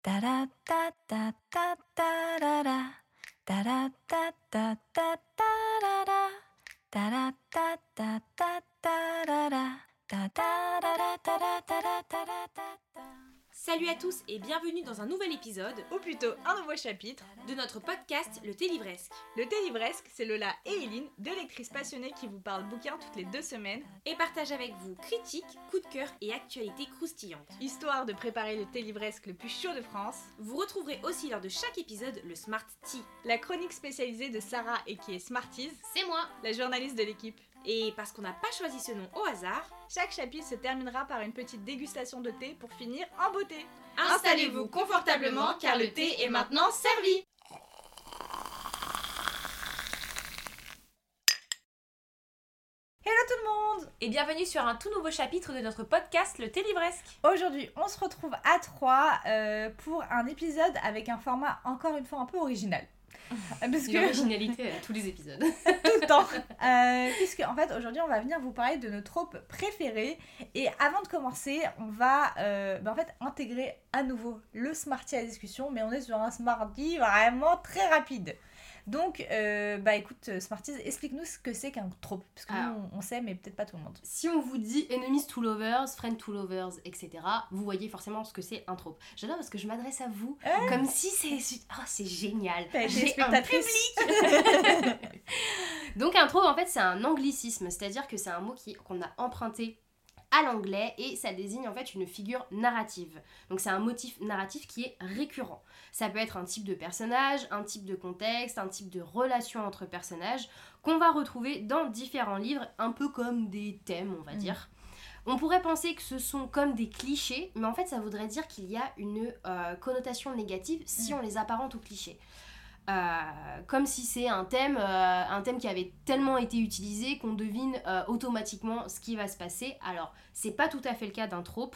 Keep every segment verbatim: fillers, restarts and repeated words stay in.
Da da da da da da da da. Da da da da da da da. Da da da da da da da. Da da da da da da da da. Salut à tous et bienvenue dans un nouvel épisode, ou plutôt un nouveau chapitre, de notre podcast Le Thé Livresque. Le Thé Livresque, c'est Lola et Eline, deux lectrices passionnées qui vous parlent bouquins toutes les deux semaines et partagent avec vous critiques, coups de cœur et actualités croustillantes. Histoire de préparer le thé livresque le plus chaud de France. Vous retrouverez aussi lors de chaque épisode le Smart Tea, la chronique spécialisée de Sarah et qui est Smarties, c'est moi, la journaliste de l'équipe. Et parce qu'on n'a pas choisi ce nom au hasard, chaque chapitre se terminera par une petite dégustation de thé pour finir en beauté. Installez-vous confortablement car le thé est maintenant servi. Hello tout le monde! Et bienvenue sur un tout nouveau chapitre de notre podcast Le Thé Livresque. Aujourd'hui, on se retrouve à trois euh, pour un épisode avec un format encore une fois un peu original. Parce que l'originalité à tous les épisodes. Tout le temps. Euh, puisque en fait aujourd'hui on va venir vous parler de nos tropes préférées. Et avant de commencer, on va euh, bah, en fait intégrer à nouveau le Smarty à la discussion, mais on est sur un Smarty vraiment très rapide. Donc, euh, bah écoute, Smarties, explique-nous ce que c'est qu'un trope. Parce que Alors, nous, on sait, mais peut-être pas tout le monde. Si on vous dit enemies to lovers, friends to lovers, et cetera, vous voyez forcément ce que c'est un trope. J'adore parce que je m'adresse à vous euh comme si c'est... Oh, c'est génial. T'as été J'ai spectatrice. un public. Donc un trope, en fait, c'est un anglicisme. C'est-à-dire que c'est un mot qui, qu'on a emprunté à l'anglais et ça désigne en fait une figure narrative. Donc c'est un motif narratif qui est récurrent. Ça peut être un type de personnage, un type de contexte, un type de relation entre personnages qu'on va retrouver dans différents livres, un peu comme des thèmes, on va mmh. dire. On pourrait penser que ce sont comme des clichés, mais en fait ça voudrait dire qu'il y a une euh, connotation négative si mmh. on les apparente aux clichés. Euh, comme si c'est un thème, euh, un thème qui avait tellement été utilisé qu'on devine euh, automatiquement ce qui va se passer. Alors, c'est pas tout à fait le cas d'un trope,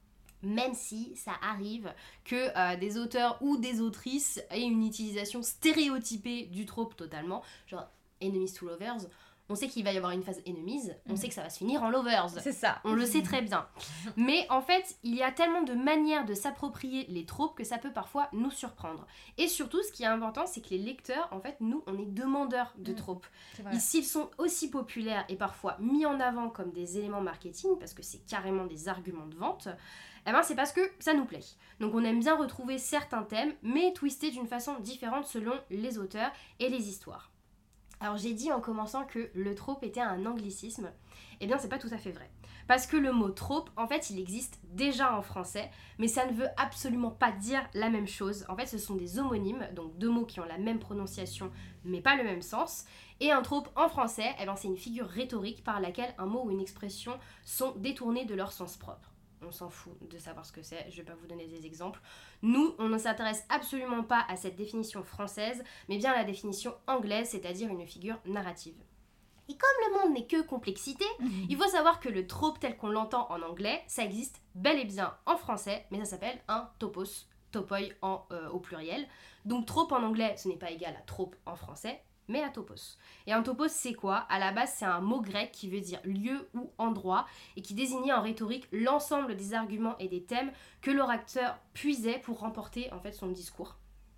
même si ça arrive que euh, des auteurs ou des autrices aient une utilisation stéréotypée du trope totalement, genre enemies to lovers. On sait qu'il va y avoir une phase enemies, on mmh. sait que ça va se finir en lovers. C'est ça. On le sait très bien. Mais en fait, il y a tellement de manières de s'approprier les tropes que ça peut parfois nous surprendre. Et surtout, ce qui est important, c'est que les lecteurs, en fait, nous, on est demandeurs de mmh. tropes. Et s'ils sont aussi populaires et parfois mis en avant comme des éléments marketing, parce que c'est carrément des arguments de vente, eh ben c'est parce que ça nous plaît. Donc on aime bien retrouver certains thèmes, mais twistés d'une façon différente selon les auteurs et les histoires. Alors j'ai dit en commençant que le trope était un anglicisme. Eh bien c'est pas tout à fait vrai. Parce que le mot trope, en fait il existe déjà en français, mais ça ne veut absolument pas dire la même chose. En fait ce sont des homonymes, donc deux mots qui ont la même prononciation mais pas le même sens. Et un trope en français, eh bien, c'est une figure rhétorique par laquelle un mot ou une expression sont détournés de leur sens propre. On s'en fout de savoir ce que c'est, je vais pas vous donner des exemples. Nous, on ne s'intéresse absolument pas à cette définition française, mais bien à la définition anglaise, c'est-à-dire une figure narrative. Et comme le monde n'est que complexité, mmh. il faut savoir que le trope tel qu'on l'entend en anglais, ça existe bel et bien en français, mais ça s'appelle un topos, topoi en, euh, au pluriel. Donc trope en anglais, ce n'est pas égal à trope en français, mais à topos. Et un topos, c'est quoi ? À la base, c'est un mot grec qui veut dire lieu ou endroit et qui désignait en rhétorique l'ensemble des arguments et des thèmes que l'orateur puisait pour remporter en fait son discours.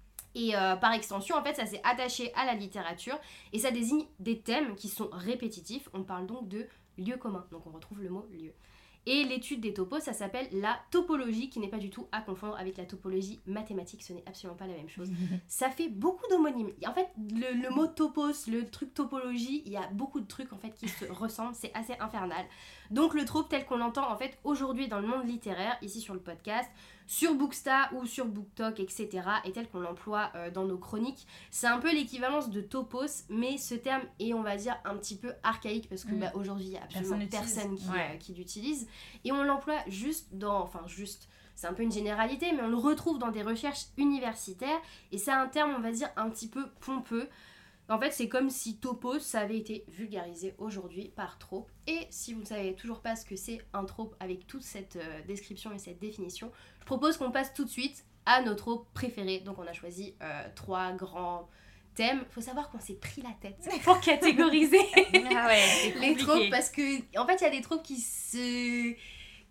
Et euh, par extension, en fait, ça s'est attaché à la littérature et ça désigne des thèmes qui sont répétitifs. On parle donc de lieu commun. Donc on retrouve le mot lieu. Et l'étude des topos, ça s'appelle la topologie, qui n'est pas du tout à confondre avec la topologie mathématique, ce n'est absolument pas la même chose. Ça fait beaucoup d'homonymes. En fait, le, le mot topos, le truc topologie, il y a beaucoup de trucs en fait qui se ressemblent, c'est assez infernal. Donc le trope tel qu'on l'entend en fait aujourd'hui dans le monde littéraire, ici sur le podcast, sur Bookstar ou sur BookTok, et cetera, et tel qu'on l'emploie euh, dans nos chroniques, c'est un peu l'équivalence de topos, mais ce terme est, on va dire, un petit peu archaïque, parce que mmh. bah, aujourd'hui, il n'y a absolument personne, personne qui, ouais. euh, qui l'utilise, et on l'emploie juste dans, enfin juste, c'est un peu une généralité, mais on le retrouve dans des recherches universitaires, et c'est un terme, on va dire, un petit peu pompeux. En fait, c'est comme si topos, ça avait été vulgarisé aujourd'hui par trope. Et si vous ne savez toujours pas ce que c'est un trope avec toute cette euh, description et cette définition, je propose qu'on passe tout de suite à nos tropes préférés. Donc on a choisi euh, trois grands thèmes. Il faut savoir qu'on s'est pris la tête pour catégoriser ah ouais, les tropes parce que, en fait, il y a des tropes qui se...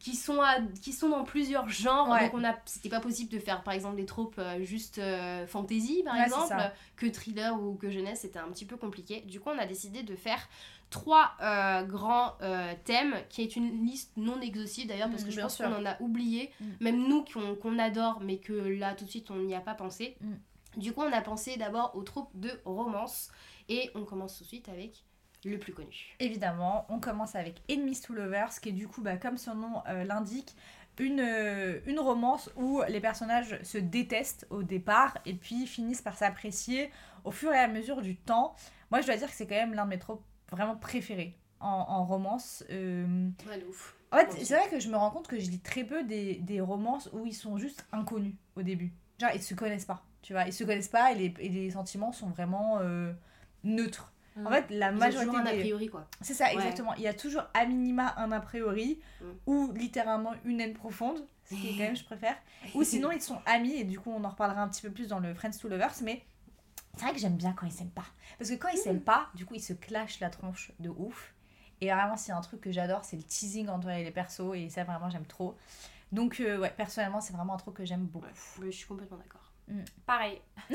qui sont, à, qui sont dans plusieurs genres. Ouais. Donc on a, c'était pas possible de faire par exemple des tropes euh, juste euh, fantasy par Ouais, exemple, c'est ça. que thriller ou que jeunesse, c'était un petit peu compliqué. Du coup on a décidé de faire trois euh, grands euh, thèmes, qui est une liste non exhaustive d'ailleurs, parce Mm, que je bien pense sûr. qu'on en a oublié, Mm. même nous qu'on, qu'on adore, mais que là tout de suite on n'y a pas pensé. Mm. Du coup on a pensé d'abord aux tropes de romance, et on commence tout de suite avec le plus connu. Évidemment, on commence avec Enemies to Lovers, qui est du coup, bah, comme son nom euh, l'indique, une, euh, une romance où les personnages se détestent au départ et puis finissent par s'apprécier au fur et à mesure du temps. Moi, je dois dire que c'est quand même l'un de mes tropes vraiment préférés en, en romance. Euh, Ouais, de ouf. En fait, Moi aussi. c'est vrai que je me rends compte que je lis très peu des, des romances où ils sont juste inconnus au début. Genre, ils se connaissent pas, tu vois. Ils se connaissent pas et les, et les sentiments sont vraiment euh, neutres. En fait, la Ils ont majorité toujours un a des... priori quoi. C'est ça, Ouais. exactement. Il y a toujours à minima un a priori, Mm. ou littéralement une haine profonde, ce qui est quand même, je préfère. Ou sinon, ils sont amis, et du coup, on en reparlera un petit peu plus dans le Friends to Lovers, mais c'est vrai que j'aime bien quand ils s'aiment pas. Parce que quand ils s'aiment pas, du coup, ils se clashent la tronche de ouf. Et vraiment, s'il y a un truc que j'adore, c'est le teasing entre les persos, et ça, vraiment, j'aime trop. Donc, euh, ouais, personnellement, c'est vraiment un truc que j'aime beaucoup. Ouais, je suis complètement d'accord. Pareil. non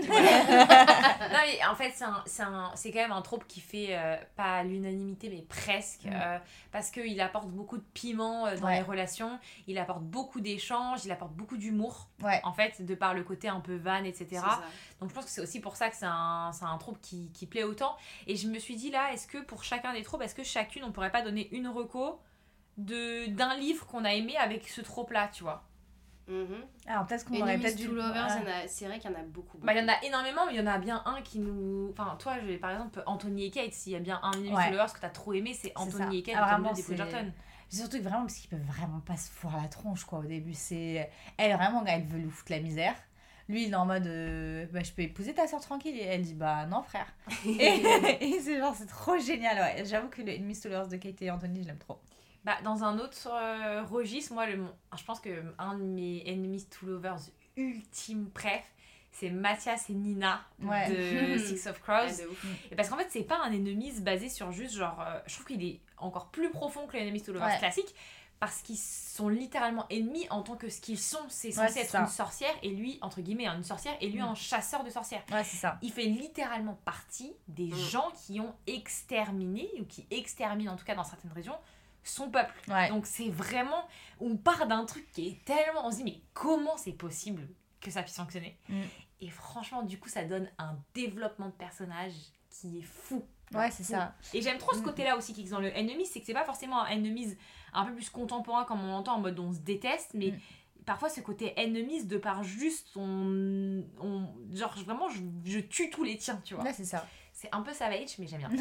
mais en fait c'est, un, c'est, un, c'est quand même un trope qui fait euh, pas l'unanimité mais presque Mm. euh, parce qu'il apporte beaucoup de piment euh, dans Ouais. les relations, il apporte beaucoup d'échanges, il apporte beaucoup d'humour Ouais. en fait de par le côté un peu van etc. C'est ça. Donc je pense que c'est aussi pour ça que c'est un, c'est un trope qui, qui plaît autant. Et je me suis dit là, est-ce que pour chacun des tropes, est-ce que chacune on pourrait pas donner une reco de, d'un livre qu'on a aimé avec ce trope là, tu vois? Mhm. Alors, peut-être qu'on aurait Enemies peut-être to dû... Lovers, Ah. il y en a- c'est vrai qu'il y en a beaucoup. Bah, il y en a énormément, mais il y en a bien un qui nous. Enfin, toi, je... par exemple, Anthony et Kate, s'il y a bien un Enemies Ouais. to Lovers que t'as trop aimé, c'est C'est Anthony ça. et Kate, Ah, le tome vraiment, deux des c'est- Bridgerton. Surtout que vraiment, parce qu'ils peuvent vraiment pas se foirer la tronche, quoi, au début. C'est... Elle, vraiment, elle veut lui foutre la misère. Lui, il est en mode, euh, bah, je peux épouser ta soeur tranquille. Et elle dit, bah, non, frère. et, et c'est genre, c'est trop génial, ouais. J'avoue que le Enemies to Lovers de Kate et Anthony, je l'aime trop. Bah, dans un autre euh, registre, moi, le... je pense que un de mes Enemies to Lovers ultime préf, c'est Mathias et Nina Ouais. de Six of Ah, Crows. de ouf. Et parce qu'en fait, c'est pas un enemies basé sur juste genre. euh, je trouve qu'il est encore plus profond que les enemies to lovers Ouais. classiques. Parce qu'ils sont littéralement ennemis en tant que ce qu'ils sont. C'est censé Ouais, c'est être ça. une sorcière et lui, entre guillemets, une sorcière et lui, Mm. un chasseur de sorcières. Ouais, c'est ça. Il fait littéralement partie des Mm. gens qui ont exterminé, ou qui exterminent en tout cas dans certaines régions, son peuple. Ouais. Donc c'est vraiment. On part d'un truc qui est tellement. On se dit, mais comment c'est possible que ça puisse fonctionner? Mm. Et franchement, du coup, ça donne un développement de personnage qui est fou. Ouais, c'est ça. Et j'aime trop ce Mm. côté-là aussi qui est dans le enemies, c'est que c'est pas forcément un enemies un peu plus contemporain comme on l'entend en mode on se déteste, mais Mm. parfois ce côté enemies de par juste on, on genre vraiment je, je tue tous les tiens, tu vois. Là, c'est ça. C'est un peu savage, mais j'aime bien.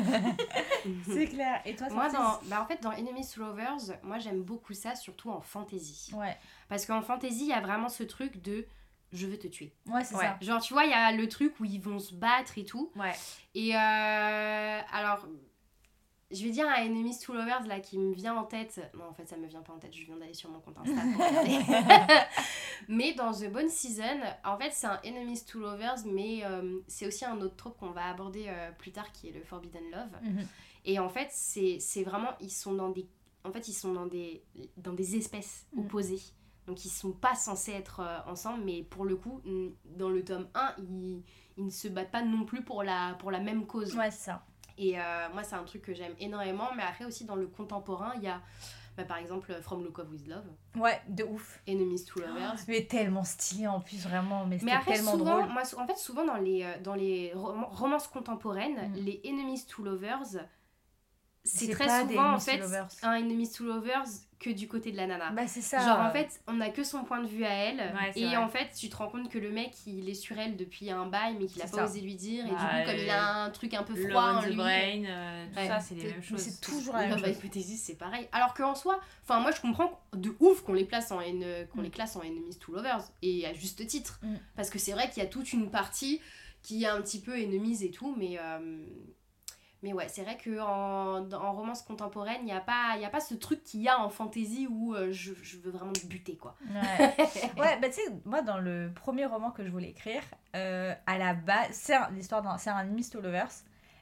C'est clair. Et toi, Moi, Santis dans, bah, en fait, dans Enemies to Lovers, moi j'aime beaucoup ça, surtout en fantasy. Ouais. Parce qu'en fantasy, il y a vraiment ce truc de je veux te tuer. Ouais, c'est Ouais. ça. Genre, tu vois, il y a le truc où ils vont se battre et tout. Ouais. Et euh, alors, je vais dire un Enemies to Lovers là qui me vient en tête. Non, en fait, ça me vient pas en tête, je viens d'aller sur mon compte Insta pour regarder. Mais dans The Bone Season, en fait, c'est un Enemies to Lovers, mais euh, c'est aussi un autre trope qu'on va aborder euh, plus tard qui est le Forbidden Love. Mhm. Et en fait, c'est c'est vraiment, ils sont dans des, en fait, ils sont dans des, dans des espèces Mhm. opposées. Donc ils sont pas censés être euh, ensemble, mais pour le coup, n- dans le tome un, ils, ils ne se battent pas non plus pour la, pour la même cause. Ouais, c'est ça. Et euh, moi, c'est un truc que j'aime énormément, mais après aussi dans le contemporain, il y a bah, par exemple From Look of With Love, Ouais, de ouf. Enemies to Lovers. Mais tellement stylé en plus, vraiment. Mais Mais c'était après, tellement souvent, drôle. moi, sou- en fait, souvent dans les, euh, dans les rom- romances contemporaines, Mm. les Enemies to Lovers, c'est C'est très pas des souvent en enemies to fait lovers. un Enemies to Lovers que du côté de la nana. Bah, c'est ça. Genre en fait, on a que son point de vue à elle, Ouais, c'est et vrai. en fait, tu te rends compte que le mec, il est sur elle depuis un bail, mais qu'il a C'est pas ça. osé lui dire, et Bah, du coup, comme euh, il a un truc un peu Love froid on en the lui. Brain, euh, tout Ouais. ça, c'est les C'est- mêmes mais choses. c'est toujours la même Love chose. Hypothesis, c'est pareil. Alors qu'en soi, enfin moi je comprends de ouf qu'on les place en en- qu'on Mm. les classe en enemies to lovers, et à juste titre, Mm. parce que c'est vrai qu'il y a toute une partie qui est un petit peu enemies et tout, mais euh, mais ouais, c'est vrai que en, en romance contemporaine, il y a pas il y a pas ce truc qu'il y a en fantasy où euh, je, je veux vraiment te buter quoi. Ouais, ouais bah tu sais, moi dans le premier roman que je voulais écrire, euh, à la base, c'est un- l'histoire d'un, c'est un Enemies to Lovers,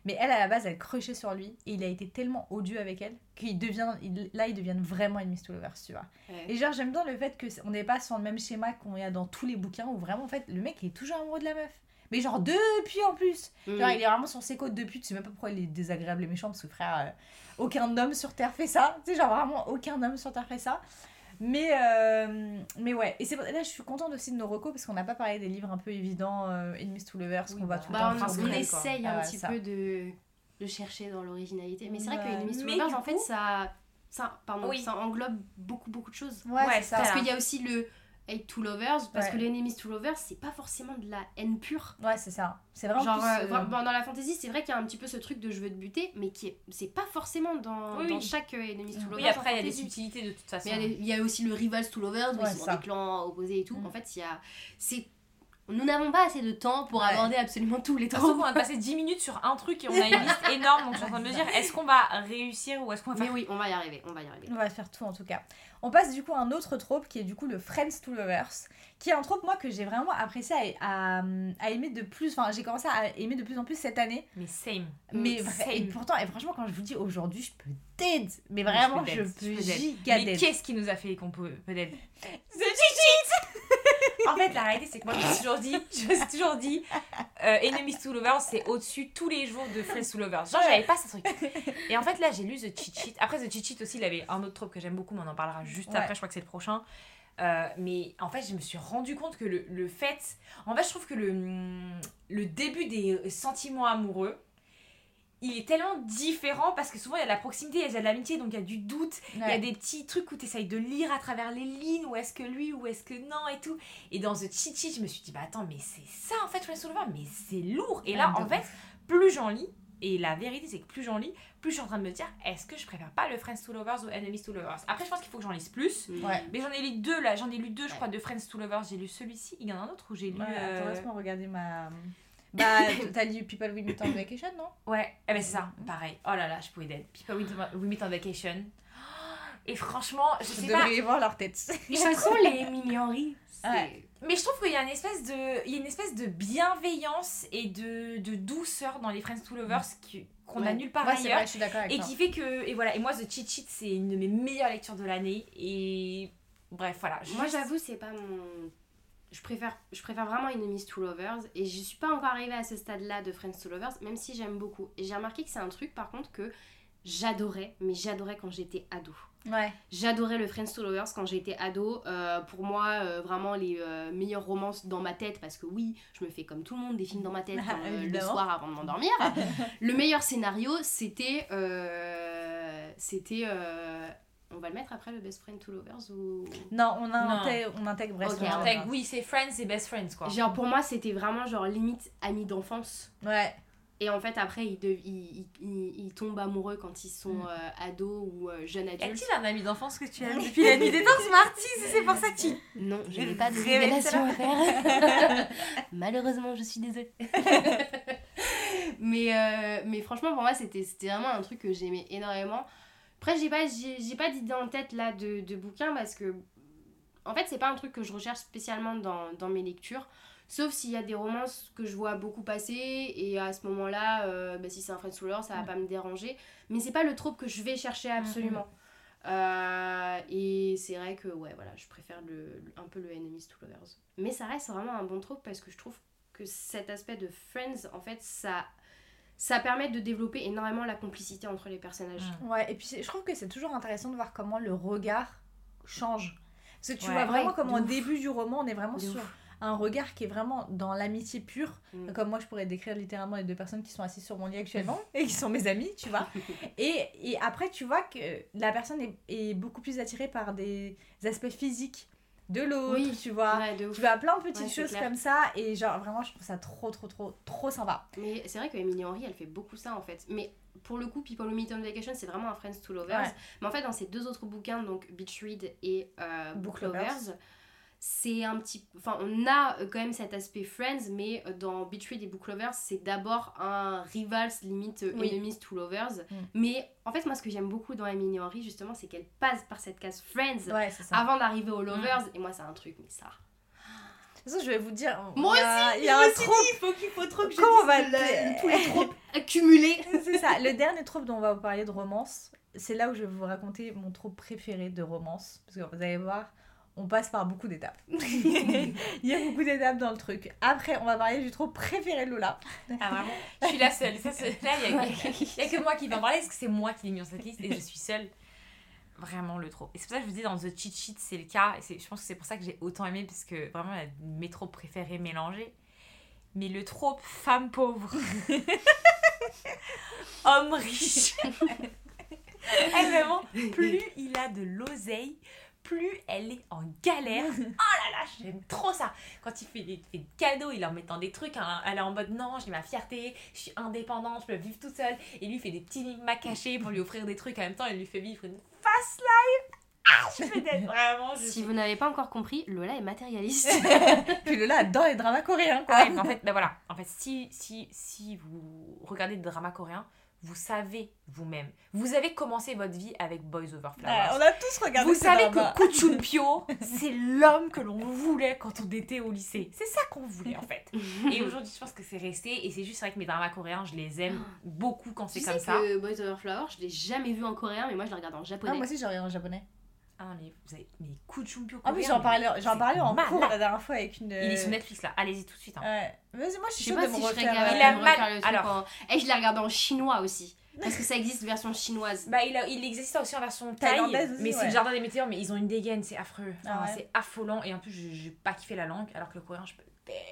Mais elle, à la base, elle crushait sur lui. Et il a été tellement odieux avec elle qu'il devient, il, là, ils deviennent vraiment enemies to lovers, tu vois. Ouais. Et genre, j'aime bien le fait qu'on n'est pas sur le même schéma qu'on y a dans tous les bouquins où vraiment, en fait, le mec il est toujours amoureux de la meuf. Mais genre depuis en plus. Mm. Genre, il est vraiment sur ses côtes depuis. Tu sais même pas pourquoi il est désagréable et méchant parce que frère, euh, aucun homme sur Terre fait ça. Tu sais, genre vraiment aucun homme sur Terre fait ça. Mais, euh, mais ouais, et c'est là je suis contente aussi de nos recos parce qu'on n'a pas parlé des livres un peu évidents, euh, Enemies to Lovers, Oui, qu'on va bah, tout le Bah, temps on, faire on brûler, quoi. essaye un Ah, petit ça. peu de, de chercher dans l'originalité. Mais c'est vrai Ouais. que Enemies to Mais Lovers, du en fait, coup- ça, ça, pardon, Oui. ça englobe beaucoup, beaucoup de choses. Ouais, Ouais, c'est ça. Parce Voilà. qu'il y a aussi le hate to lovers, parce Ouais. que les enemies to lovers, c'est pas forcément de la haine pure. Ouais, c'est ça. C'est vraiment Genre, plus, euh, euh, vra- bon, dans la fantasy, c'est vrai qu'il y a un petit peu ce truc de je veux te buter, mais qui est, c'est pas forcément dans, Oui, dans oui. chaque euh, enemies to Oui, lovers. Oui, après, il y a en des fantasy. subtilités de toute façon. Mais il y a les- il y, a aussi le rivals to lovers, où Ouais, ils sont ça. dans des clans opposés et tout. Mm. En fait, il y a. C'est... Nous n'avons pas assez de temps pour Ouais. aborder absolument tous les Surtout tropes. qu'on a passé dix minutes sur un truc et on a une liste énorme, donc je suis en train de me dire, est-ce qu'on va réussir ou est-ce qu'on va Mais faire... oui, on va y arriver, on va y arriver. on va faire tout en tout cas. On passe du coup à un autre trope qui est du coup le Friends to Lovers, qui est un trope moi que j'ai vraiment apprécié à, à, à aimer de plus, enfin j'ai commencé à aimer de plus en plus cette année. Mais same. Mais Mm, vra- et same. pourtant, et franchement quand je vous dis aujourd'hui je peux dead, mais Oui, vraiment je je peux dead, peux je peux dead. giga Mais dead. qu'est-ce qui nous a fait qu'on peut peut-être The cheat En fait, la réalité, c'est que moi, je me suis toujours dit, je me suis toujours dit, euh, Enemies to Lovers, c'est au-dessus tous les jours de Friends to Lovers. Genre, j'avais pas ce truc. Et en fait, là, j'ai lu The Cheat Sheet. Après, The Cheat Sheet aussi, il avait un autre trope que j'aime beaucoup, mais on en parlera juste Ouais. après, je crois que c'est le prochain. Euh, mais en fait, je me suis rendu compte que le, le fait. En fait, je trouve que le, le début des sentiments amoureux, il est tellement différent parce que souvent il y a de la proximité, il y a de l'amitié, donc il y a du doute. Il y a Ouais. des petits trucs où tu essayes de lire à travers les lignes, où est-ce que lui, ou est-ce que non, et tout. Et dans The Cheat Sheet, je me suis dit, bah attends, mais c'est ça en fait, Friends to Lovers, mais c'est lourd. Et là, Ouais, de en fait, plus j'en lis, et la vérité c'est que plus j'en lis, plus je suis en train de me dire, est-ce que je préfère pas le Friends to Lovers ou Enemies to Lovers. Après, je pense qu'il faut que j'en lise plus. Ouais. Mais j'en ai lu deux là, j'en ai lu deux, je Ouais. crois, de Friends to Lovers. J'ai lu celui-ci, il y en a un autre où j'ai lu. Ouais, euh, attends, laisse-moi regarder ma. Bah, t'as lu People We Meet on Vacation, non? Ouais, eh ben c'est ça, pareil. Oh là là, je pouvais d'être. People We Meet- We Meet on Vacation. Et franchement, je Vous sais pas. devriez voir leur tête. De toute façon, les mignoneries, c'est... Ouais. Mais je trouve qu'il y a une espèce de, il y a une espèce de bienveillance et de, de douceur dans les Friends to Lovers qui- qu'on a Ouais. nulle part Ouais, c'est ailleurs. vrai, je suis d'accord avec Et toi. qui fait que, et voilà, et moi The Cheat Sheet c'est une de mes meilleures lectures de l'année. Et bref, voilà. Moi, Juste- j'avoue, c'est pas mon... Je préfère, je préfère vraiment Enemies to Lovers. Et je suis pas encore arrivée à ce stade-là de Friends to Lovers, même si j'aime beaucoup. Et j'ai remarqué que c'est un truc, par contre, que j'adorais, mais j'adorais quand j'étais ado. Ouais. J'adorais le Friends to Lovers quand j'étais ado. Euh, pour moi, euh, vraiment les euh, meilleures romances dans ma tête, parce que oui, je me fais comme tout le monde des films dans ma tête Ah, euh, le évidemment. soir avant de m'endormir. Le meilleur scénario, c'était... euh, c'était... euh, on va le mettre après le Best Friend to Lovers ou... Non, on, a Non. intègre, on intègre Breast Ok, Friends. On intègre- oui, c'est Friends et Best Friends quoi. Genre pour moi, c'était vraiment genre limite ami d'enfance. Ouais. Et en fait, après, ils, dev- ils, ils, ils- ils tombent amoureux quand ils sont Mm. euh, ados ou euh, jeunes Y adultes. a-t-il un ami d'enfance que tu aimes depuis la nuit des temps, Smarties? C'est pour ça que tu... Non, je n'ai pas de Révèle révélation à faire. Malheureusement, je suis désolée. mais, euh, mais franchement, pour moi, c'était c'était vraiment un truc que j'aimais énormément. Après, j'ai pas, j'ai, j'ai pas d'idée en tête là de, de bouquin parce que, en fait, c'est pas un truc que je recherche spécialement dans, dans mes lectures. Sauf s'il y a des romances que je vois beaucoup passer et à ce moment-là, euh, bah, si c'est un Friends to Lovers, ça va Mm. pas me déranger. Mais c'est pas le trope que je vais chercher absolument. Euh, et c'est vrai que ouais voilà je préfère le, le- un peu le Enemies to Lovers, mais ça reste vraiment un bon trope parce que je trouve que cet aspect de Friends en fait ça ça permet de développer énormément la complicité entre les personnages. Ouais, et puis c'est- je trouve que c'est toujours intéressant de voir comment le regard change. Parce que tu Ouais. vois vraiment Ouais, comme de au ouf. début du roman, on est vraiment De sur ouf. un regard qui est vraiment dans l'amitié pure. Mm. Comme moi, je pourrais décrire littéralement les deux personnes qui sont assises sur mon lit actuellement et qui sont mes amies, tu vois. Et, et après, tu vois que la personne est, est beaucoup plus attirée par des aspects physiques de l'autre, Oui. tu vois. Ouais, de ouf. Tu vois, plein de petites Ouais, c'est choses clair. comme ça. Et genre, vraiment, je trouve ça trop, trop, trop, trop sympa. Mais c'est vrai que Emily Henry elle fait beaucoup ça en fait. Mais pour le coup, People Who Meet on Vacation c'est vraiment un Friends to Lovers. Ouais. Mais en fait, dans ces deux autres bouquins, donc Beach Read et euh, Book Book Lovers, Lovers. c'est un petit. Enfin, on a euh, quand même cet aspect Friends, mais euh, dans Beach Read et Book Lovers, c'est d'abord un rivals limite euh, Oui. Enemies to Lovers. Mm. Mais en fait, moi, ce que j'aime beaucoup dans Emily Henry, justement, c'est qu'elle passe par cette case Friends Ouais, c'est ça. avant d'arriver aux Lovers. Et moi, c'est un truc, mais ça. toute façon, je vais vous dire. Moi il y a, il y a un trope. il faut qu'il faut trop que je Comment on dise va le- te- Tous les tropes accumulés. C'est ça. Le dernier trope dont on va vous parler de romance, c'est là où je vais vous raconter mon trope préféré de romance. Parce que vous allez voir, on passe par beaucoup d'étapes. Il y a beaucoup d'étapes dans le truc. Après, on va parler du trope préféré de Lola. Ah vraiment, je suis la seule. Ça, c'est- là, il n'y a, il y a que moi qui vais en parler parce que c'est moi qui l'ai mis dans cette liste et je suis seule. Vraiment le trope. Et c'est pour ça que je vous dis dans The Cheat Sheet, c'est le cas. Et c'est- je pense que c'est pour ça que j'ai autant aimé parce que vraiment, il y a mes tropes préférés mélangés. Mais le trope femme pauvre, homme riche. Et vraiment, plus il a de l'oseille, plus elle est en galère. Oh là là, j'aime trop ça. Quand il fait des, fait des cadeaux, il en mettant des trucs, hein, elle est en mode non, j'ai ma fierté, je suis indépendante, je peux vivre toute seule. Et lui, il fait des petits mimmas cachés pour lui offrir des trucs. En même temps, il lui fait vivre une fast life. Ah, je fais d'être vraiment. Je Si suis... vous n'avez pas encore compris, Lola est matérialiste. Puis Lola adore les dramas coréens, quoi. Ah ouais, mais en fait, ben voilà. En fait, si, si, si vous regardez des dramas coréens, vous savez vous-même. Vous avez commencé votre vie avec Boys Over Flowers. Ah, on a tous regardé Vous ces savez dramas. que Kuchumpio, c'est l'homme que l'on voulait quand on était au lycée. C'est ça qu'on voulait en fait. Et aujourd'hui, je pense que c'est resté. Et c'est juste vrai que mes dramas coréens, je les aime beaucoup quand c'est Tu comme sais ça. que Boys Over Flower, je l'ai jamais vu en coréen, mais moi je le regarde en japonais. Ah, moi aussi, j'ai regardé en japonais. Ah non, mais vous avez. Mais Kuchumpio En plus, coréen. j'en parlais, mais j'en c'est parlais en malade. cours la dernière fois avec une. Il est sur Netflix là. Allez-y tout de suite. Hein. Ouais. Mais moi, je Je suis sais sûre pas de si me je serais refaire. capable Il a de me mal- refaire le truc alors. en... Eh, je l'ai regardé en chinois aussi. Parce que ça existe version chinoise. Bah, il, a, il existe aussi en version thaï, Thaïlandaise aussi, mais c'est ouais. le jardin des météores, mais ils ont une dégaine, c'est affreux. Ah Enfin, ouais. C'est affolant, et en plus, je j'ai pas kiffé la langue, alors que le coréen, je peux.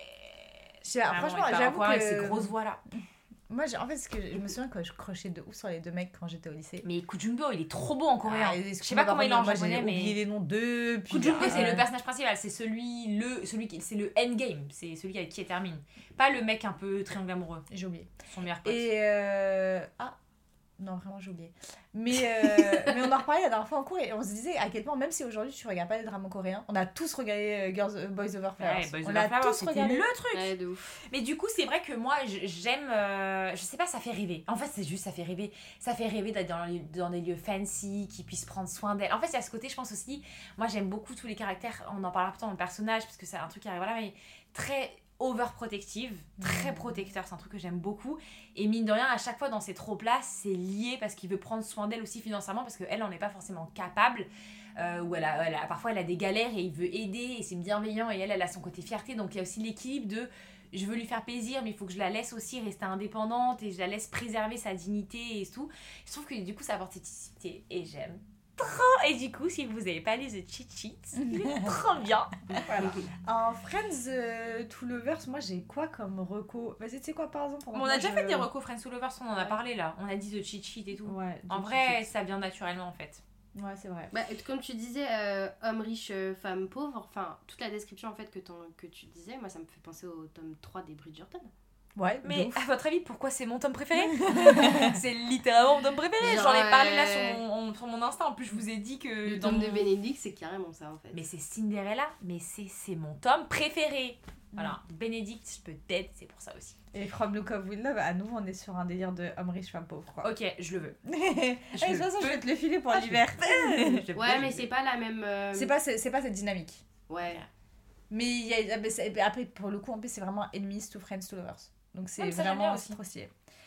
Je sais pas, Vraiment, franchement, il parle j'avoue coréen avec que. ces grosses voix là. Moi, j'ai- en fait, ce que je me souviens quand je crochais de ouf sur les deux mecs quand j'étais au lycée. Mais Kujumbyo, il est trop beau en coréen. Ah, je sais pas comment il est en moi, japonais, j'ai mais. oublié les noms depuis. Kujumbyo, c'est Ouais. le personnage principal, c'est celui, le, celui qui, c'est le endgame, c'est celui avec qui elle termine. Pas le mec un peu triangle amoureux, J'ai oublié. son meilleur pote. Et euh... ah non, vraiment j'ai oublié. Mais euh, mais on en reparlait la dernière fois en cours et on se disait à quel point même si aujourd'hui tu regardes pas les dramas coréens, on a tous regardé euh, Girls, euh, Boys Over Flowers. Ouais, Boys on Over l'a Flowers, tous c'était regardé. le truc. Ouais, de ouf. Mais du coup, c'est vrai que moi, je- j'aime. euh, je sais pas, ça fait rêver. En fait, c'est juste, ça fait rêver. Ça fait rêver d'être dans, les- dans des lieux fancy, qui puissent prendre soin d'elle. En fait, il y a ce côté, je pense aussi. Moi, j'aime beaucoup tous les caractères. On en parlera plutôt dans le personnage, parce que c'est un truc qui arrive. Voilà, mais très overprotective, très protecteur. C'est un truc que j'aime beaucoup. Et mine de rien, à chaque fois dans ces tropes-là, c'est lié parce qu'il veut prendre soin d'elle aussi financièrement, parce qu'elle, n'en est pas forcément capable. Euh, où elle a, elle a- parfois, elle a des galères et il veut aider, et c'est bienveillant. Et elle, elle a son côté fierté. Donc, il y a aussi l'équilibre de. Je veux lui faire plaisir, mais il faut que je la laisse aussi rester indépendante et je la laisse préserver sa dignité et tout. Je trouve que du coup, ça apporte cette utilité et j'aime trop. Et du coup, si vous n'avez pas lu The Cheat Sheets, il est trop bien. Voilà. En Friends euh, to Lovers, moi j'ai quoi comme reco? Vas-y, tu sais quoi par exemple? Bon, on moi, a déjà je- fait des recos Friends to Lovers, on en a Ouais. parlé là. On a dit The Cheat Sheet et tout. Ouais. En de vrai, Cheat ça vient naturellement en fait. Sheet. Ouais, c'est vrai. Bah, comme tu disais, euh, homme riche, euh, femme pauvre, enfin, toute la description en fait que, t'en- que tu disais, moi ça me fait penser au tome trois des Bridgerton. Ouais, Mais de ouf. à votre avis, pourquoi c'est mon tome préféré? C'est littéralement mon tome préféré. Genre, J'en ai parlé là euh, sur mon, sur mon Insta. En plus, je vous ai dit que. Le dans tome mon- de Bénédicte, c'est carrément ça en fait. Mais c'est Cinderella, mais c'est c'est mon tome préféré. Voilà, Bénédicte, je peux t'aider, c'est pour ça aussi. Et From Look of Will Love, à nouveau, on est sur un délire de homme riche, femme pauvre, quoi. Ok, je le veux. Eh, de toute façon, je peux. vais te le filer pour Ah, je l'hiver. Je Ouais, peux, mais je c'est peux. pas la même. euh, C'est pas, c'est c'est pas cette dynamique. Ouais. Mais il y a, mais c'est- après, pour le coup, en plus, c'est vraiment enemies to friends to lovers. Donc c'est Ouais, mais ça, j'aime bien vraiment aussi. c'est trop stylé.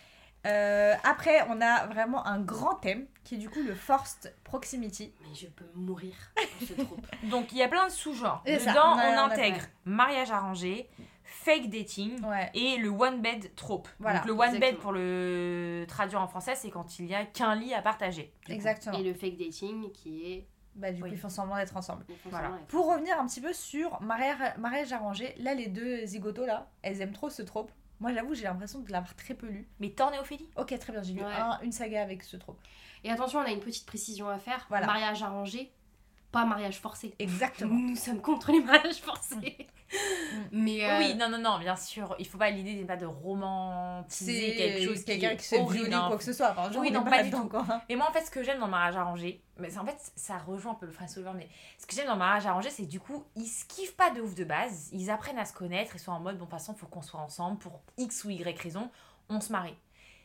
Euh, après, on a vraiment un grand thème qui est du coup le forced proximity. Mais je peux mourir pour ce trope. Donc il y a plein de sous-genres. C'est ça, Dedans, on a- on, on a intègre plein. mariage arrangé, fake dating Ouais. et le one bed trope. Voilà, Donc le one bed, exactement. pour le traduire en français, c'est quand il y a qu'un lit à partager. du coup. Exactement. Et le fake dating qui est. Bah, du coup, Oui. ils font semblant d'être ensemble. Voilà. Pour revenir un petit peu sur mariage, mariage arrangé, là, les deux zigotos, là, elles aiment trop ce trope. Moi, j'avoue, j'ai l'impression de l'avoir très peu lu. Mais Thorne et Ophélie. Ok, très bien, j'ai lu Ouais. un- une saga avec ce trope. Et attention, on a une petite précision à faire. Voilà. Mariage arrangé, pas mariage forcé. Exactement. Nous sommes contre les mariages forcés. Mais euh, Oui, non, non, non, bien sûr. Il faut pas, l'idée n'est pas de romantiser C'est quelque chose qui quelqu'un est qui se fait horrible, violer hein. ou quoi que ce soit. Enfin, genre, Oui, on non, est pas du là-dedans, tout. quoi. Et moi, en fait, ce que j'aime dans le mariage arrangé, mais c'est- en fait, ça rejoint un peu le Friends to Lovers, mais ce que j'aime dans le mariage arrangé, c'est du coup, ils se kiffent pas de ouf de base, ils apprennent à se connaître, ils sont en mode, bon, de toute façon, faut qu'on soit ensemble pour X ou Y raison, on se marie.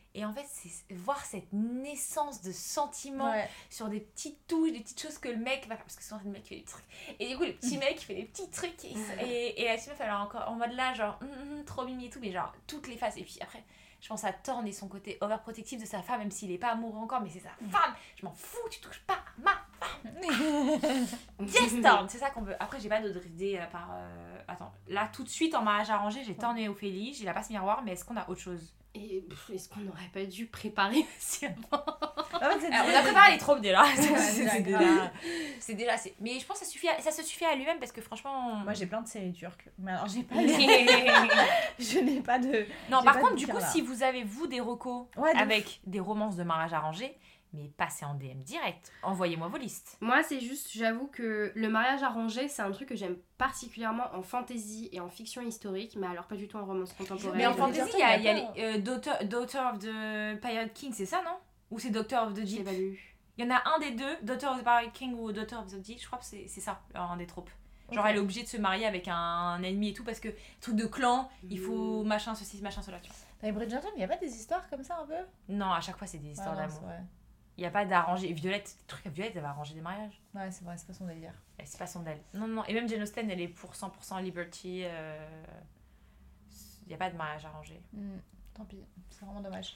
Et en fait, c'est voir cette naissance de sentiments Ouais. sur des petites touches, des petites choses que le mec va faire. Parce que souvent, le mec fait des trucs. Et du coup, le petit mec, il fait des petits trucs. Et, et, et la petite meuf, elle est encore en mode là, genre, hum, hum, trop mimi et tout, mais genre, toutes les phases. Et puis après, je pense à Thorne et son côté overprotectif de sa femme, même s'il est pas amoureux encore, mais c'est sa femme. Je m'en fous, tu touches pas à ma femme. Yes, Thorne, c'est ça qu'on veut. Après, j'ai pas d'autres idées à part. Euh... Attends, là, tout de suite, en mariage arrangé, j'ai Thorne et Ophélie, j'ai la passe miroir, mais est-ce qu'on a autre chose? Et pff, est-ce qu'on n'aurait pas dû préparer aussi avant? Ah, c'est Alors, on a préparé les tropes déjà. Ouais, c'est déjà, déjà. C'est déjà assez. Mais je pense que ça, suffit à- ça se suffit à lui-même parce que franchement. Moi j'ai plein de séries turques, mais alors j'ai pas non, je n'ai pas de par pas de contre, du bouquin, coup, là. si vous avez, vous, des recos Ouais, de avec des romances de mariage arrangé, mais passez en D M direct. Envoyez-moi vos listes. Moi, c'est juste, j'avoue que le mariage arrangé, c'est un truc que j'aime particulièrement en fantasy et en fiction historique, mais alors pas du tout en romance contemporaine. Mais en je veux dire, fantasy, ça, il y a, il y a il y a pas- les euh, Daughter, Daughter of the Pirate King, c'est ça, non? Ou c'est Doctor of the J'ai Deep? pas lu. Il y en a un des deux, Daughter of the Pirate King ou Daughter of the Deep, je crois que c'est c'est ça, un des tropes. Genre, Ok. elle est obligée de se marier avec un, un ennemi et tout parce que truc de clan, il faut machin, ceci, machin, cela, tu vois. Dans les Bridgerton, il y a pas des histoires comme ça un peu? Non, à chaque fois, c'est des histoires Ouais, non, d'amour. c'est vrai. Il n'y a pas d'arranger. Violette, le truc à Violette, elle va arranger des mariages. Ouais, c'est vrai, c'est pas son délire. Elle, c'est pas son d'elle. Non, non, non. Et même Jane Austen, elle est pour cent pour cent liberty. euh, Il n'y a pas de mariage arrangé. Hmm, tant pis, c'est vraiment dommage.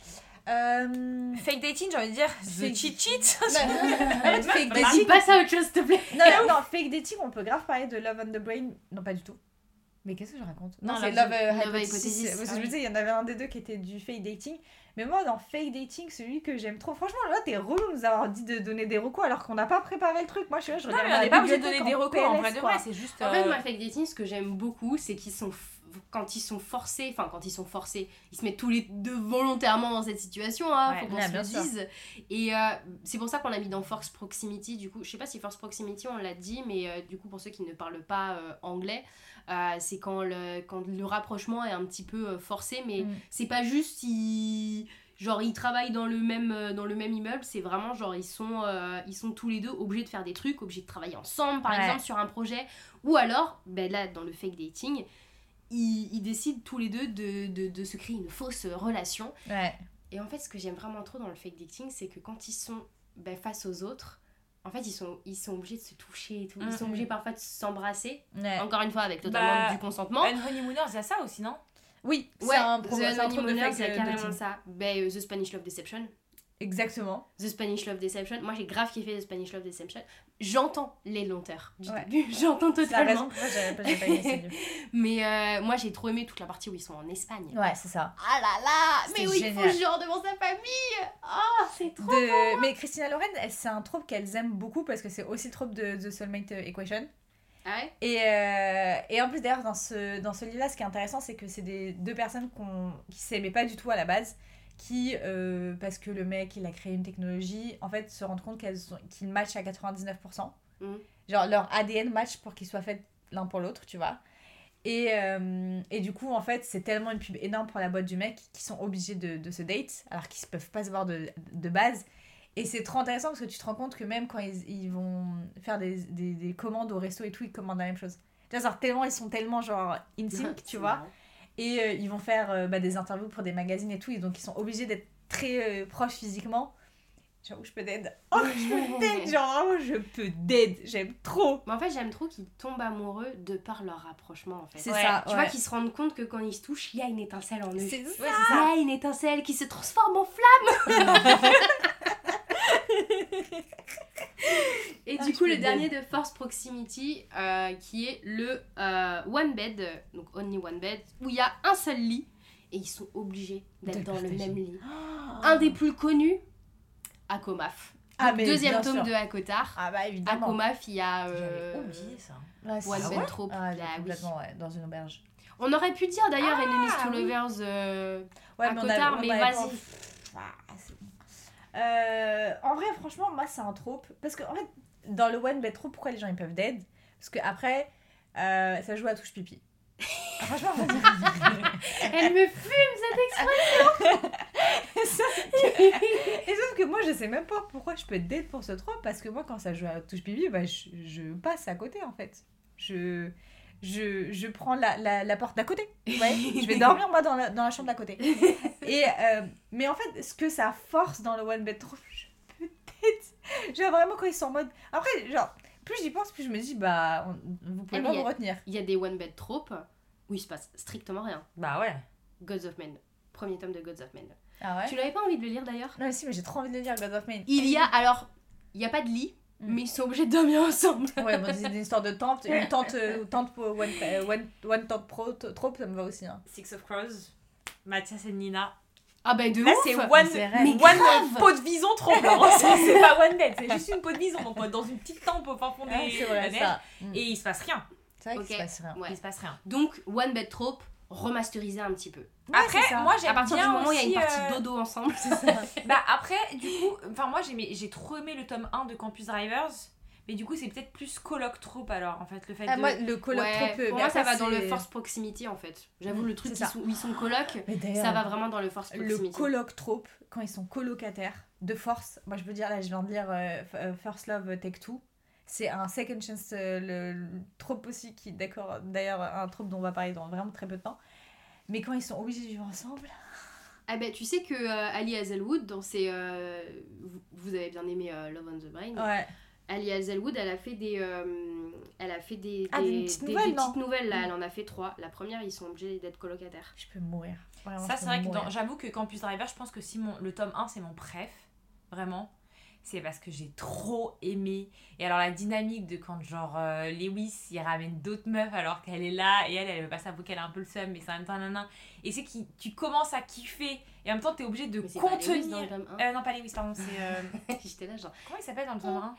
Euh... Fake dating, j'ai envie de dire. Fake- The cheat cheat. en fait, fake Bah, Dis dating... pas ça, autre chose, s'il te plaît. Non, non, fake dating, on peut grave parler de Love on the Brain. Non, pas du tout. Mais qu'est-ce que je raconte? Non, Non, c'est Love- Love, euh, Love Hypothesis. Hypothesis. Parce que Ah je me oui. disais, il y en avait un des deux qui était du fake dating. Mais moi, dans fake dating, celui que j'aime trop, franchement, là, t'es relou de nous avoir dit de donner des recos alors qu'on n'a pas préparé le truc. Moi, je suis là, je Non, regarde mais on la n'est pas obligé de donner bibliothèque des recours en P L S, vrai de quoi. vrai, c'est juste. En fait, euh, moi, fake dating, ce que j'aime beaucoup, c'est qu'ils sont. f- Quand ils sont forcés, enfin quand ils sont forcés, ils se mettent tous les deux volontairement dans cette situation, hein, Ouais, faut qu'on ouais, se bien le sûr. dise. Et euh, c'est pour ça qu'on l'a mis dans Force Proximity, du coup, je sais pas si Force Proximity on l'a dit, mais euh, du coup pour ceux qui ne parlent pas euh, anglais, euh, c'est quand le, quand le rapprochement est un petit peu euh, forcé, mais Mm. c'est pas juste ils... Genre ils travaillent dans le même, euh, dans le même immeuble, c'est vraiment genre ils sont, euh, ils sont tous les deux obligés de faire des trucs, obligés de travailler ensemble par Ouais. exemple sur un projet, ou alors, ben là dans le fake dating, ils, ils décident tous les deux de, de, de se créer une fausse relation. Ouais. Et en fait ce que j'aime vraiment trop dans le fake dating, c'est que quand ils sont ben, face aux autres, en fait ils sont, ils sont obligés de se toucher et tout, ils sont Mhm. obligés parfois de s'embrasser, Ouais. encore une fois avec totalement Bah, du consentement. Un honeymooners, il y a ça aussi, non? Oui, c'est Ouais, un The pro- c'est un truc de Honeymooners, fake il y a euh, carrément dating. ça. Ben, euh, The Spanish Love Deception. Exactement. The Spanish Love Deception. Moi, j'ai grave kiffé The Spanish Love Deception. J'entends les lenteurs du Ouais. début. J'entends T'as totalement. raison, moi j'ai pas j'ai pas aimé ces deux. Mais euh, moi, j'ai trop aimé toute la partie où ils sont en Espagne. Ouais, c'est ça. Ah là là, C'était mais oui, il génial. faut genre devant sa famille. Oh, c'est trop. De... Mais Christina Loren, elle- c'est un trope qu'elles aiment beaucoup parce que c'est aussi le trope de The Soulmate Equation. Ah ouais. Et, euh, et en plus, d'ailleurs, dans ce, dans ce livre-là, ce qui est intéressant, c'est que c'est des deux personnes qu'on, qui s'aimaient pas du tout à la base, qui, euh, parce que le mec, il a créé une technologie, en fait, se rendent compte qu'elles sont- qu'ils matchent à quatre-vingt-dix-neuf pour cent. Mhm. Genre, leur A D N match pour qu'ils soient faits l'un pour l'autre, tu vois. Et, euh, et du coup, en fait, c'est tellement une pub énorme pour la boîte du mec qu'ils sont obligés de, de se date, alors qu'ils ne peuvent pas se voir de, de base. Et c'est trop intéressant parce que tu te rends compte que même quand ils, ils vont faire des, des, des commandes au resto et tout, ils commandent la même chose. Tu vois, genre, tellement, ils sont tellement genre in sync, tu C'est vois. marrant. Et euh, ils vont faire euh, bah, des interviews pour des magazines et tout, et donc ils sont obligés d'être très euh, proches physiquement. J'avoue, je peux d'aide. Oh, je peux d'aide, genre vraiment, je peux d'aide. J'aime trop. Mais en fait, j'aime trop qu'ils tombent amoureux de par leur rapprochement, en fait. C'est Ouais, ça. Tu ouais. vois qu'ils se rendent compte que quand ils se touchent, il y a une étincelle en eux. C'est Ouais, ça. c'est Il y ça. a une étincelle qui se transforme en flamme. Et Ah, du je coup, peux le te dernier de Force Proximity, euh, qui est le euh, One Bed, euh, donc Only One Bed, où il y a un seul lit, et ils sont obligés d'être De dans le partager. même lit. Un des plus connus, Akomaf. Ah, Donc, mais deuxième bien tome sûr. de Akotar. Ah bah évidemment. Akomaf, il y a... euh, J'avais oublié ça. Ouais, c'est One ça. Bed Trope. Ah, Bah oui. complètement, ouais, dans une auberge. On aurait pu dire d'ailleurs Ah, Enemies to oui. Lovers... euh, Ouais, À on Cotard, a- on mais avait vas-y. pas- Ah, c'est bon. Euh, en vrai, franchement, moi, c'est un trope. Parce que, en fait, dans le one bed trope, pourquoi les gens ils peuvent dead? Parce que après, euh, ça joue à touche pipi. Ah, franchement, on va dire. Elle me fume cette expression. Sauf que- Et sauf que moi, je sais même pas pourquoi je peux être dead pour ce trope. Parce que moi, quand ça joue à touche pipi, bah, je, je passe à côté, en fait. Je. je, je prends la, la, la porte d'à côté. Vous voyez, je vais dormir moi dans la, dans la chambre d'à côté. Et, euh, mais en fait, ce que ça force dans le one bed trope, je peut-être. Genre vraiment quand ils sont en mode. Après, genre, plus j'y pense, plus je me dis, bah, on, vous pouvez Eh, pas mais vous y a- retenir. Il y a des one bed tropes où il se passe strictement rien. Bah ouais. Gods of Men, premier tome de Gods of Men. Ah ouais? Tu n'avais pas envie de le lire d'ailleurs? Non, mais si, mais j'ai trop envie de le lire, God of Maine. Il y a alors, il y a pas de lit, Mm. mais ils sont obligés de dormir ensemble. Ouais, moi, c'est une histoire de tente. Une tente, euh, tente pour one, euh, one, one tente pro, trop, ça me va aussi. Hein. Six of Crows, Mathias et Nina. Ah ben de Là, ouf. c'est one, c'est vrai. Mais one grave. pot de vison trop blanc. c'est c'est pas one bed, c'est juste une pot de vison. Donc, on est dans une petite tente au fin fond des Ah, c'est vrai, la neige. ça. Mm. Et il se passe rien. C'est vrai Ok. qu'il se passe rien. Ouais. Il se passe rien. Donc one bed trope remasterisé un petit peu. Ouais, Après, c'est ça. moi À j'aime partir du bien moment où il y a une aussi, partie euh, dodo ensemble. C'est ça. Bah après, du coup, enfin moi j'ai, j'ai trop aimé le tome un de Campus Drivers. Mais du coup, c'est peut-être plus coloc trope alors, en fait, le fait Ah, de... moi, le coloc Ouais, trop peu. pour mais moi ça après, va dans le c'est- force proximity en fait. J'avoue Mm, le truc c'est qui ça. sont- où ils sont coloc, Mais d'ailleurs, ça va vraiment dans le force le proximity. coloc trope, quand ils sont colocataires, de force, moi je veux dire, là je viens de lire euh, F- euh, First Love euh, Take Two, c'est un second chance, euh, le, le trope aussi, qui, d'accord, d'ailleurs, un trope dont on va parler dans vraiment très peu de temps. Mais quand ils sont obligés de vivre ensemble. Ah ben tu sais que euh, Ali Hazelwood dans ses euh, vous, vous avez bien aimé euh, Love on the Brain. Ouais. Ali Hazelwood, elle a fait des euh, elle a fait des Ah, des petites nouvelles, des non petites nouvelles là, Mm. elle en a fait trois. La première, ils sont obligés d'être colocataires. Je peux mourir. Vraiment, Ça, je c'est peux vrai que mourir. dans- j'avoue que Campus Driver, je pense que si mon, le tome un, c'est mon préf, vraiment, c'est parce que j'ai trop aimé. Et alors, la dynamique de quand, genre, euh, Lewis, il ramène d'autres meufs alors qu'elle est là, et elle, elle veut pas s'avouer qu'elle a un peu le seum, mais c'est en même temps, nanana. Et c'est que tu commences à kiffer, et en même temps, t'es obligé de Mais c'est pas Lewis contenir. dans le tome un. Euh, non, pas Lewis, pardon, c'est. euh, J'étais là genre Comment il s'appelle dans le tome un?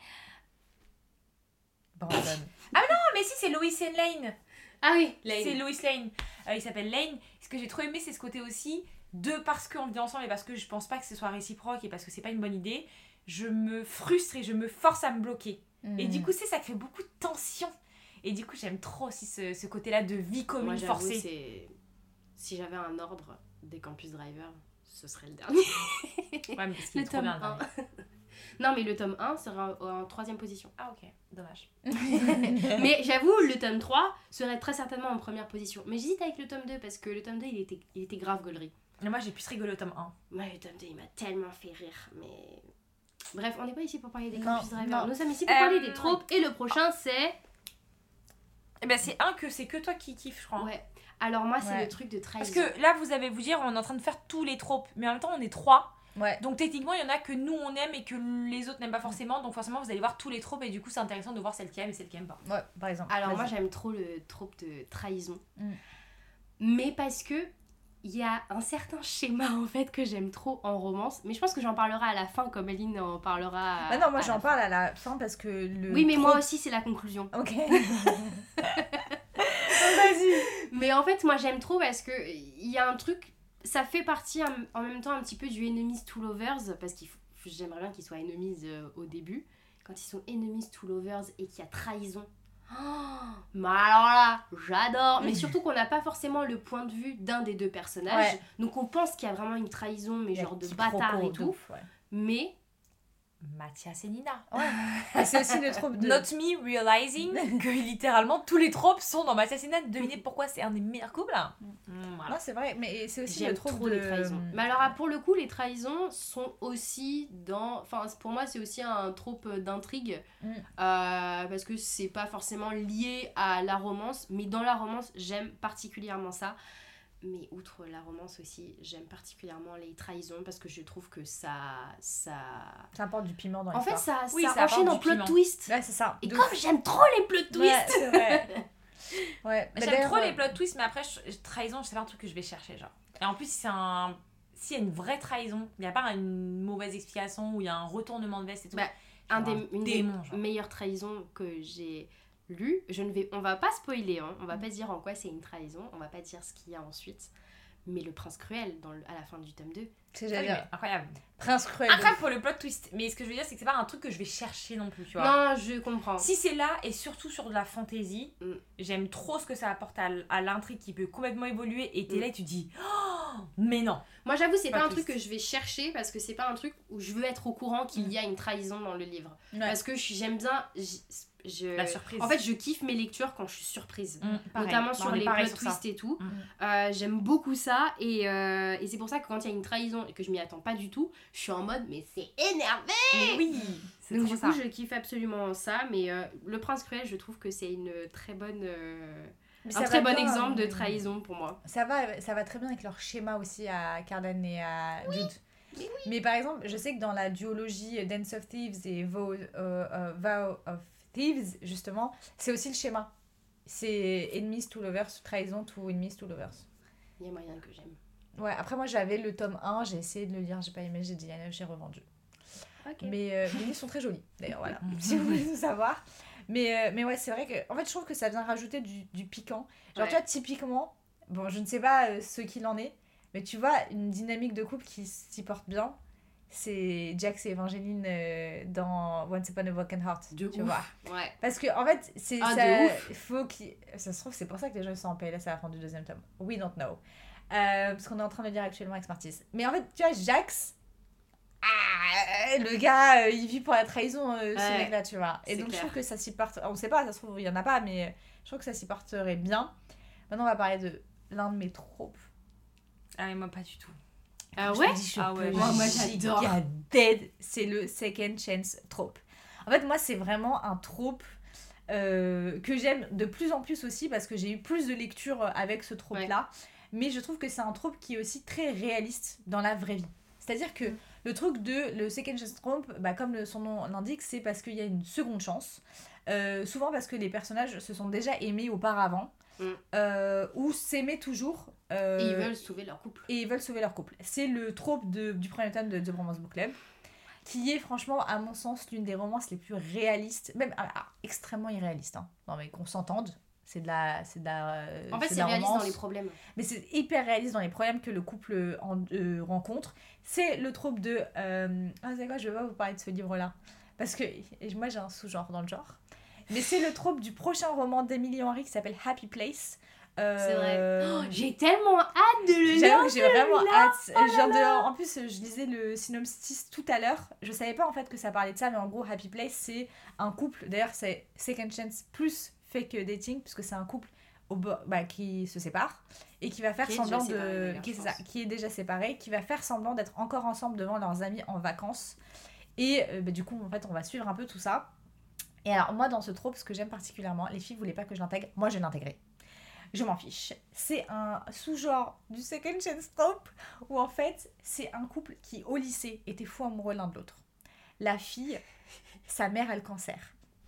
Brandon. Non, mais si, c'est Lois and Lane. ah oui, C'est Lane. Lois Lane. Euh, il s'appelle Lane. Ce que j'ai trop aimé, c'est ce côté aussi de parce qu'on vit ensemble et parce que je pense pas que ce soit réciproque et parce que c'est pas une bonne idée. Je me frustre et je me force à me bloquer. Et Mm. du coup, c'est ça crée beaucoup de tension. Et du coup, j'aime trop aussi ce, ce côté-là de vie commune Moi j'avoue forcée. c'est si j'avais un ordre des campus drivers, ce serait le dernier. Ouais, mais parce qu'il Le est trop tome bien. le un. dernier. Non mais le tome un sera en, en troisième position. Ah, ok. Dommage. Mais j'avoue, le tome trois serait très certainement en première position. Mais j'hésite avec le tome deux parce que le tome deux il était, il était grave gaulerie. Et moi, j'ai plus rigolé au tome un. Moi le tome deux il m'a tellement fait rire. Mais bref, on n'est pas ici pour parler des Non, campus drivers. non. Nous sommes ici pour Euh, parler des tropes. Et le prochain c'est. Et ben, c'est un que c'est que toi qui kiffes, je crois. Ouais. Alors moi c'est Ouais. le truc de Parce trahison. que là, vous allez vous dire, on est en train de faire tous les tropes. Mais en même temps, on est trois. Ouais. Donc techniquement, il y en a que nous on aime et que les autres n'aiment pas forcément. Donc forcément, vous allez voir tous les tropes et du coup, c'est intéressant de voir celle qui aime et celle qui aime pas. Ouais, par exemple. Alors moi Vas-y. j'aime trop le trope de trahison. Mm. Mais parce que il y a un certain schéma en fait que j'aime trop en romance. Mais je pense que j'en parlerai à la fin comme Eline en parlera. Ah non, moi à j'en la parle à la fin parce que le. Oui, mais trop- moi aussi, c'est la conclusion. Ok. Vas-y. Mais en fait, moi, j'aime trop parce que il y a un truc, ça fait partie en en même temps un petit peu du enemies to lovers, parce que j'aimerais bien qu'ils soient enemies euh, au début. Quand ils sont enemies to lovers et qu'il y a trahison. Oh, mais alors là, j'adore. Mais surtout qu'on n'a pas forcément le point de vue d'un des deux personnages. Ouais. Donc on pense qu'il y a vraiment une trahison, mais Il y a genre de quiproquo bâtard et de tout. ouf, ouais. Mais Mathias et Nina. Et c'est aussi le trope de. Not me realizing que littéralement tous les tropes sont dans Mathias et Nina. Devinez pourquoi c'est un des meilleurs couples. Mm, voilà. Non, c'est vrai, mais c'est aussi j'aime le trope trop de. les trahisons. Mais alors, ah, pour le coup, les trahisons sont aussi dans. Enfin, pour moi, c'est aussi un trope d'intrigue. Mm. Euh, parce que c'est pas forcément lié à la romance. Mais dans la romance, j'aime particulièrement ça. Mais outre la romance aussi, j'aime particulièrement les trahisons. Parce que je trouve que ça. ça... Ça apporte du piment dans En fait, l'histoire. ça, Oui, ça, ça apporte enchaîne du en plot piment. twist. Ouais, c'est ça. Et De comme ouf. j'aime trop les plot twists. Ouais, c'est vrai. Ouais. mais J'aime d'ailleurs, trop euh, les plot twists, mais après, je- trahison, c'est pas un truc que je vais chercher. Genre. Et en plus, si c'est un. S'il y a une vraie trahison, il n'y a pas une mauvaise explication ou il y a un retournement de veste et tout. Bah, un Genre des, une démon, des genre. meilleures trahisons que j'ai lues, je ne vais, on va pas spoiler, hein, on va pas dire en quoi c'est une trahison, on va pas dire ce qu'il y a ensuite, mais le prince cruel dans le- à la fin du tome deux. C'est Ah j'allais oui, dire. mais incroyable. Prince cruel. Après, pour le plot twist, mais ce que je veux dire, c'est que c'est pas un truc que je vais chercher non plus, tu vois. Non, je comprends. Si c'est là, et surtout sur de la fantaisie, Mm. j'aime trop ce que ça apporte à, l- à l'intrigue qui peut complètement évoluer, et t'es Mm. là et tu dis oh, mais non. Moi j'avoue, c'est Pas pas un twist. truc que je vais chercher parce que c'est pas un truc où je veux être au courant qu'il y a une trahison dans le livre. Ouais. Parce que je- j'aime bien, j- je... La surprise. En fait, je kiffe mes lectures quand je suis surprise. Mmh, pareil. Notamment Bah, sur on est les pareil plot sur ça. twists et tout. Mmh. Euh, j'aime beaucoup ça. Et, euh, et c'est pour ça que quand il y a une trahison et que je m'y attends pas du tout, je suis en mode, mais c'est énervé. Mais oui, c'est Donc trop du ça. coup, je kiffe absolument ça. Mais euh, Le Prince Cruel, je trouve que c'est une très bonne... euh, Mais un ça très va bon bien, exemple de euh, trahison pour moi. Ça va, ça va très bien avec leur schéma aussi à Cardan et à Jude. Mais, mais par exemple, je sais que dans la duologie Dance of Thieves et Vow, euh, euh, Vow of Thieves, justement, c'est aussi le schéma. C'est Enemies to Lovers, trahison to Enemies to Lovers. Il y a moyen que j'aime. Ouais, après moi j'avais le tome un, j'ai essayé de le lire, j'ai pas aimé, j'ai dit allez, j'ai revendu. Okay. Mais euh, les livres sont très jolis, d'ailleurs, voilà, si vous voulez tout savoir. Mais, euh, mais ouais, c'est vrai que, en fait, je trouve que ça vient rajouter du, du piquant. Genre, Ouais. tu vois, typiquement, bon, je ne sais pas euh, ce qu'il en est, mais tu vois, une dynamique de couple qui s'y porte bien, c'est Jax et Evangeline euh, dans Once Upon a Broken Heart, De tu ouf. vois. Ouais. Parce que, en fait, c'est Ah, ça, de ouf. faut qu'il... Ça se trouve, c'est pour ça que les gens sont en P L S à la fin du deuxième tome. We don't know. Euh, parce qu'on est en train de le lire actuellement avec Smarties. Mais en fait, tu vois, Jax... Ah, le gars, euh, il vit pour la trahison, euh, ce Ouais, mec-là, tu vois. Et c'est donc, clair. je trouve que ça s'y porte... On sait pas, ça se trouve, il y en a pas, mais je trouve que ça s'y porterait bien. Maintenant, on va parler de l'un de mes tropes. Ah, mais moi, pas du tout. Ah Je ouais te dis, je Ah peux ouais, moi, moi, giga j'adore. dead. C'est le second chance trope. En fait, moi, c'est vraiment un trope euh, que j'aime de plus en plus aussi parce que j'ai eu plus de lectures avec ce trope-là. Mais je trouve que c'est un trope qui est aussi très réaliste dans la vraie vie. C'est-à-dire que Mm. le truc de le second chance trope, bah, comme le- son nom l'indique, c'est parce qu'il y a une seconde chance. Euh, souvent parce que les personnages se sont déjà aimés auparavant. Mm. Euh, ou s'aimaient toujours. euh, Et ils veulent sauver leur couple. et ils veulent sauver leur couple. C'est le trope de, du premier tome de The Bromance Book Club, qui est franchement, à mon sens, l'une des romances les plus réalistes, même ah, ah, extrêmement irréaliste. Hein. Non mais qu'on s'entende, c'est de la, c'est de la, euh, En fait, de c'est la réaliste romance, dans les problèmes. mais c'est hyper réaliste dans les problèmes que le couple en, euh, rencontre. C'est le trope de, euh... ah c'est quoi, je vais pas vous parler de ce livre-là, parce que et moi j'ai un sous-genre dans le genre, mais c'est le trope du prochain roman d'Emily Henry qui s'appelle Happy Place. Euh, C'est vrai. Oh, j'ai tellement hâte de le lire. J'avoue que j'ai vraiment hâte. Oh Je viens de... En plus, je lisais le synopsis tout à l'heure. Je savais pas en fait que ça parlait de ça, mais en gros, Happy Place, c'est un couple. D'ailleurs, c'est Second Chance plus fake dating, puisque c'est un couple au bo- bah, qui se sépare et qui va faire Qui est semblant déjà séparé, de. d'ailleurs, Qui est, je ça, pense. qui est déjà séparé, qui va faire semblant d'être encore ensemble devant leurs amis en vacances. Et euh, bah, du coup, en fait, on va suivre un peu tout ça. Et alors, moi, dans ce trope, ce que j'aime particulièrement, les filles voulaient pas que je l'intègre. Moi, je l'ai intégré. Je m'en fiche. C'est un sous-genre du second chance trope où en fait, c'est un couple qui, au lycée, était fous amoureux l'un de l'autre. La fille, sa mère a le cancer.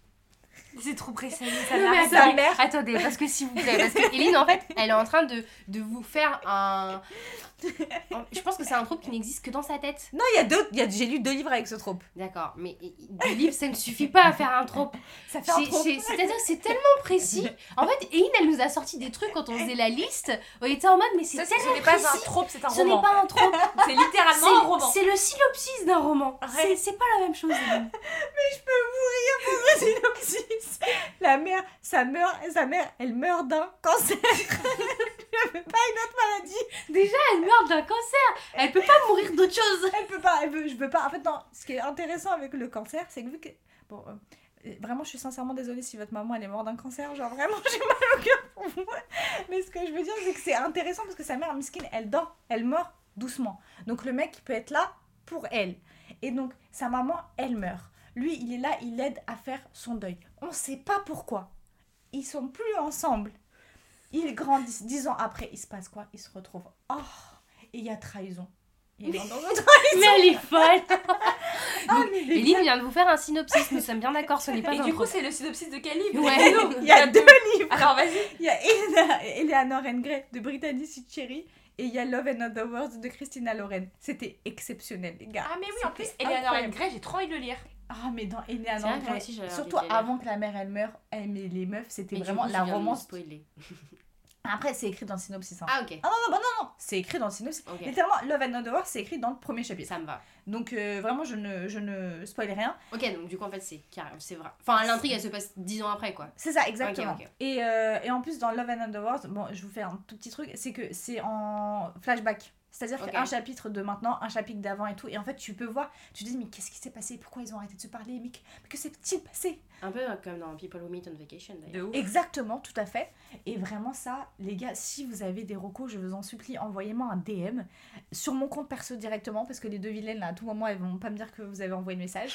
C'est trop pressé. Non, mais Sa attendez, mère- attendez, parce que s'il vous plaît, parce que Eline, en fait, elle est en train de, de vous faire un... Je pense que c'est un trope qui n'existe que dans sa tête. Non, il y a d'autres. il y a- J'ai lu deux livres avec ce trope. D'accord, mais du livre, ça ne suffit pas à faire un trope. Ça fait un C'est- trope. c'est- C'est-à-dire que c'est tellement précis. En fait, Eline, elle nous a sorti des trucs quand on faisait la liste. On était en mode, mais c'est Ça, ce tellement n'est pas un précis. trope, c'est un Ce n'est roman. pas un trope. C'est littéralement un roman. C'est c'est le synopsis d'un roman. Ouais. C'est- C'est pas la même chose, Eline. Le synopsis. La mère, sa mère, sa mère, elle meurt d'un cancer. Elle veut pas une autre maladie. Déjà, elle meurt d'un cancer. Elle peut pas mourir d'autre chose. Elle peut pas, elle veut, je veux pas. En fait, non, ce qui est intéressant avec le cancer, c'est que vu que. Bon, euh, vraiment, je suis sincèrement désolée si votre maman elle est morte d'un cancer. Genre, vraiment, j'ai mal au cœur pour vous. Mais ce que je veux dire, c'est que c'est intéressant parce que sa mère, miskine, elle dort, elle meurt doucement. Donc, le mec, il peut être là pour elle. Et donc, sa maman, elle meurt. Lui, il est là, il l'aide à faire son deuil. On sait pas pourquoi. Ils sont plus ensemble. Ils grandissent. Dix ans après, il se passe quoi? Ils se retrouvent. Oh, et il y a trahison. Il y a dans notre Mais elle est folle. Ah, mais les Eline vient de vous faire un synopsis. Nous sommes bien d'accord, ce n'est pas Et un du coup, trope. c'est le synopsis de quel livre Ouais. Non, Il y a deux livres. Alors, vas-y. Il y a Elena- Eleanor and Gray de Brittany Sitcheri et il y a Love and Other Words de Christina Loren. C'était exceptionnel, les gars. Ah, mais oui, en plus, C'était Eleanor incroyable. and Gray, j'ai trop envie de le lire. Ah, mais dans C'est Eleanor vrai and que moi Gray, aussi, j'avais envie surtout de les lire. avant que la mère elle meure, elle, mais les meufs, c'était Mais du vraiment coup, tu la viens de me romance. spoiler. Après, c'est écrit dans le synopsis. Hein. Ah, ok. Ah non, non, bah non, non, c'est écrit dans le synopsis. Ok. Littéralement, Love and Other Words, c'est écrit dans le premier chapitre. Ça me va. Donc, euh, vraiment, je ne, je ne spoil rien. Ok, donc du coup, en fait, c'est carré, c'est vrai. Enfin, l'intrigue, elle se passe dix ans après, quoi. C'est ça, exactement. Ok, ok. Et, euh, et en plus, dans Love and Other Words, bon, je vous fais un tout petit truc, c'est que c'est en flashback. C'est-à-dire Ok. qu'un chapitre de maintenant, un chapitre d'avant et tout, et en fait tu peux voir, tu te dis mais qu'est-ce qui s'est passé, pourquoi ils ont arrêté de se parler, mais que, mais que s'est-il passé? Un peu comme dans People Who Meet on Vacation De d'ailleurs. ouf. Exactement, tout à fait. Et vraiment ça, les gars, si vous avez des recos, je vous en supplie, envoyez-moi un D M sur mon compte perso directement, parce que les deux vilaines là, à tout moment, elles vont pas me dire que vous avez envoyé le message.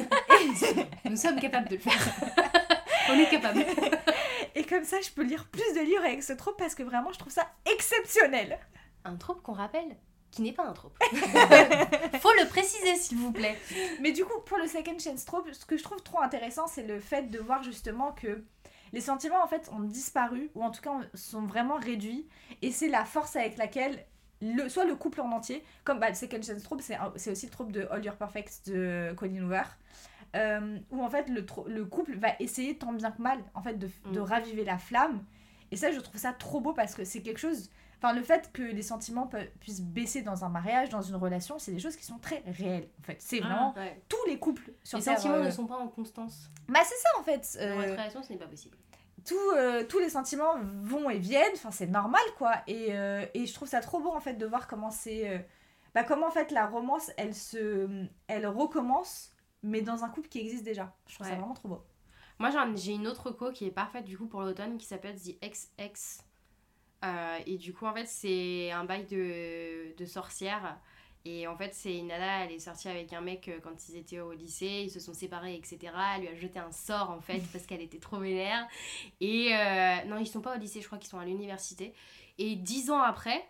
Nous sommes capables de le faire. On est capables. Et comme ça, je peux lire plus de livres avec ce trope parce que vraiment, je trouve ça exceptionnel. Un trope qu'on rappelle qui n'est pas un trope. Faut le préciser s'il vous plaît. Mais du coup, pour le second chance trope, ce que je trouve trop intéressant, c'est le fait de voir justement que les sentiments en fait ont disparu, ou en tout cas sont vraiment réduits, et c'est la force avec laquelle le, soit le couple en entier, comme bah, le second chance trope, c'est, un- c'est aussi le trope de All Your Perfect de Colleen Hoover, euh, où en fait le, tro- le couple va essayer tant bien que mal en fait de, de Mm. raviver la flamme, et ça je trouve ça trop beau parce que c'est quelque chose. Enfin, le fait que les sentiments pe- puissent baisser dans un mariage, dans une relation, c'est des choses qui sont très réelles, en fait. C'est Ah. vraiment Ouais. tous les couples sur Les Terre, sentiments euh, ne sont pas en constance. Bah, c'est ça, en fait. Dans Euh, votre relation, ce n'est pas possible. tout, euh, tous les sentiments vont et viennent, enfin, c'est normal, quoi. Et, euh, et je trouve ça trop beau, en fait, de voir comment c'est... euh, Bah, comment, en fait, la romance, elle se... Elle recommence, mais dans un couple qui existe déjà. Je trouve ça Ouais. vraiment trop beau. Moi, j'en- j'ai une autre co qui est parfaite du coup pour l'automne qui s'appelle The X X. Euh, et du coup, en fait, c'est un bail de, de sorcière. Et en fait, c'est une nana, elle est sortie avec un mec euh, quand ils étaient au lycée, ils se sont séparés, et cetera. Elle lui a jeté un sort en fait parce qu'elle était trop vénère. Et euh, non, ils sont pas au lycée, je crois qu'ils sont à l'université. Et dix ans après,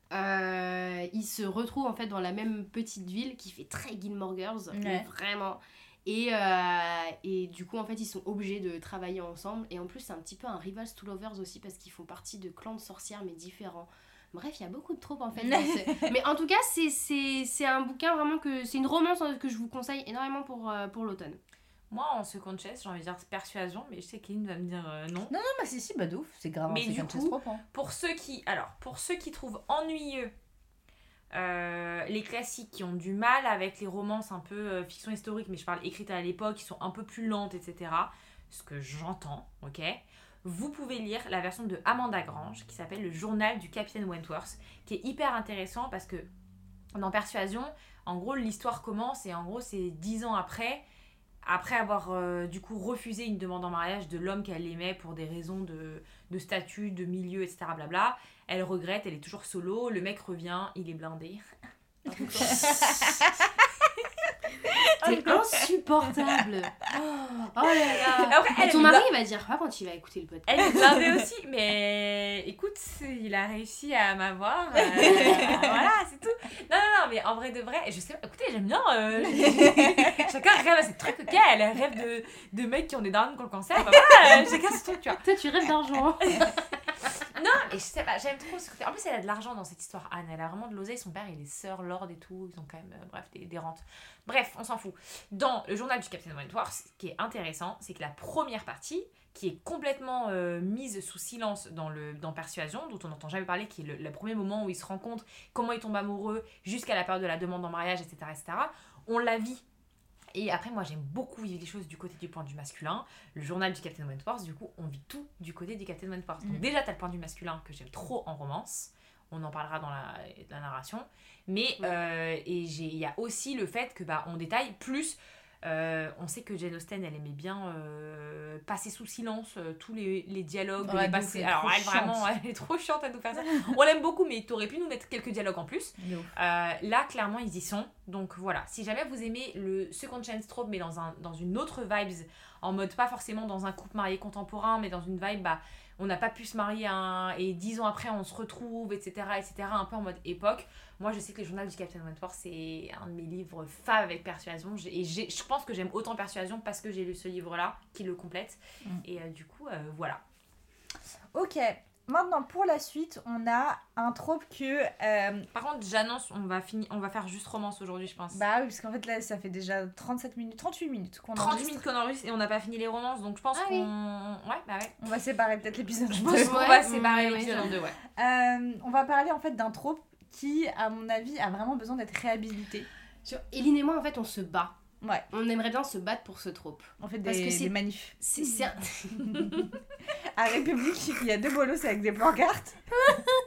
euh, ils se retrouvent en fait dans la même petite ville qui fait très Gilmore Girls, mais Ouais. vraiment. Et, euh, et du coup, en fait, ils sont obligés de travailler ensemble. Et en plus, c'est un petit peu un Rivals to Lovers aussi parce qu'ils font partie de clans de sorcières mais différents. Bref, il y a beaucoup de tropes en fait. dans ce- Mais en tout cas, c'est, c'est, c'est un bouquin vraiment que. C'est une romance euh, que je vous conseille énormément pour, euh, pour l'automne. Moi, en second chess, j'ai envie de dire persuasion, mais je sais qu'Eline va me dire euh, non. Non, bah, si, si, bah, de ouf. C'est grave. Mais c'est du comme coup, Chess Trop, hein. Pour ceux qui, alors, pour ceux qui trouvent ennuyeux euh, les classiques, qui ont du mal avec les romances un peu euh, fiction historique, mais je parle écrites à l'époque, qui sont un peu plus lentes, et cetera. Ce que j'entends, ok. Vous pouvez lire la version de Amanda Grange qui s'appelle Le Journal du Capitaine Wentworth, qui est hyper intéressant parce que dans Persuasion, en gros, l'histoire commence et en gros, c'est dix ans après. Après avoir euh, du coup refusé une demande en mariage de l'homme qu'elle aimait pour des raisons de, de statut, de milieu, et cetera. Blabla. Elle regrette, elle est toujours solo. Le mec revient, il est blindé. C'est insupportable. Oh, oh là là. Après, elle Et ton est mari bla- il va dire quoi quand il va écouter le podcast? Elle est blindée aussi, mais écoute, il a réussi à m'avoir. euh, voilà, c'est tout. Non, non, non, mais en vrai de vrai, je sais, écoutez, j'aime bien. euh, chacun rêve à ses trucs, ok. Elle rêve de, de mecs qui ont des darons qui ont le cancer. Bah voilà, euh, chacun son truc, tu vois. Toi, tu rêves d'argent. Non, mais je sais pas, j'aime trop ce côté. En plus, elle a de l'argent dans cette histoire, Anne. Elle a vraiment de l'oseille. Son père, il est sœur lord et tout. Ils ont quand même, euh, bref, des, des rentes. Bref, on s'en fout. Dans le journal du Capitaine Wentworth, ce qui est intéressant, c'est que la première partie, qui est complètement euh, mise sous silence dans, le, dans Persuasion, dont on n'entend jamais parler, qui est le, le premier moment où ils se rencontrent, comment ils tombent amoureux, jusqu'à la période de la demande en mariage, et cetera, et cetera. On la vit. Et après, moi, j'aime beaucoup vivre les choses du côté du point de vue masculin. Le journal du Capitaine Wentworth, du coup, on vit tout du côté du Capitaine Wentworth. Donc Mm. déjà, t'as le point de vue masculin que j'aime trop en romance. On en parlera dans la, la narration. Mais Oui. euh, et j'ai- il y a aussi le fait que bah, on détaille plus. euh, on sait que Jane Austen, elle aimait bien euh, passer sous silence euh, tous les, les dialogues. Ouais, les de passer- ouf, elle est Alors, trop elle, vraiment, chiante. elle est trop chiante à nous faire ça. On l'aime beaucoup, mais t'aurais pu nous mettre quelques dialogues en plus. De ouf. Euh, là, clairement, ils y sont. Donc voilà, si jamais vous aimez le Second Chance Trope, mais dans, un, dans une autre vibes, en mode pas forcément dans un couple marié contemporain, mais dans une vibe, bah, on n'a pas pu se marier un, et dix ans après on se retrouve, et cetera, et cetera, un peu en mode époque. Moi, je sais que le journal du Captain Wentworth, c'est un de mes livres faves avec Persuasion. J'ai- Et j'ai- je pense que j'aime autant Persuasion parce que j'ai lu ce livre-là, qui le complète. Mm. Et euh, du coup, euh, voilà. Ok, maintenant pour la suite, on a un trope que. euh, Par contre, j'annonce, on va, finir, on va faire juste romance aujourd'hui, je pense. Bah oui, parce qu'en fait là, ça fait déjà trente-sept minutes, trente-huit minutes qu'on trente enregistre. minutes qu'on enregistre et on n'a pas fini les romances, donc je pense Ah qu'on... oui. Ouais, bah ouais. On va séparer peut-être l'épisode en Je deux. pense qu'on Ouais, va séparer ouais, l'épisode ouais, en deux, ouais. Euh, on va parler en fait d'un trope qui, à mon avis, a vraiment besoin d'être réhabilité. Sur Eline et moi, en fait, on se bat. Ouais, On aimerait bien se battre pour ce trope. on fait Parce des, que c'est- des manifs. C'est, c'est un- À République, il y a deux bolos avec des pancartes.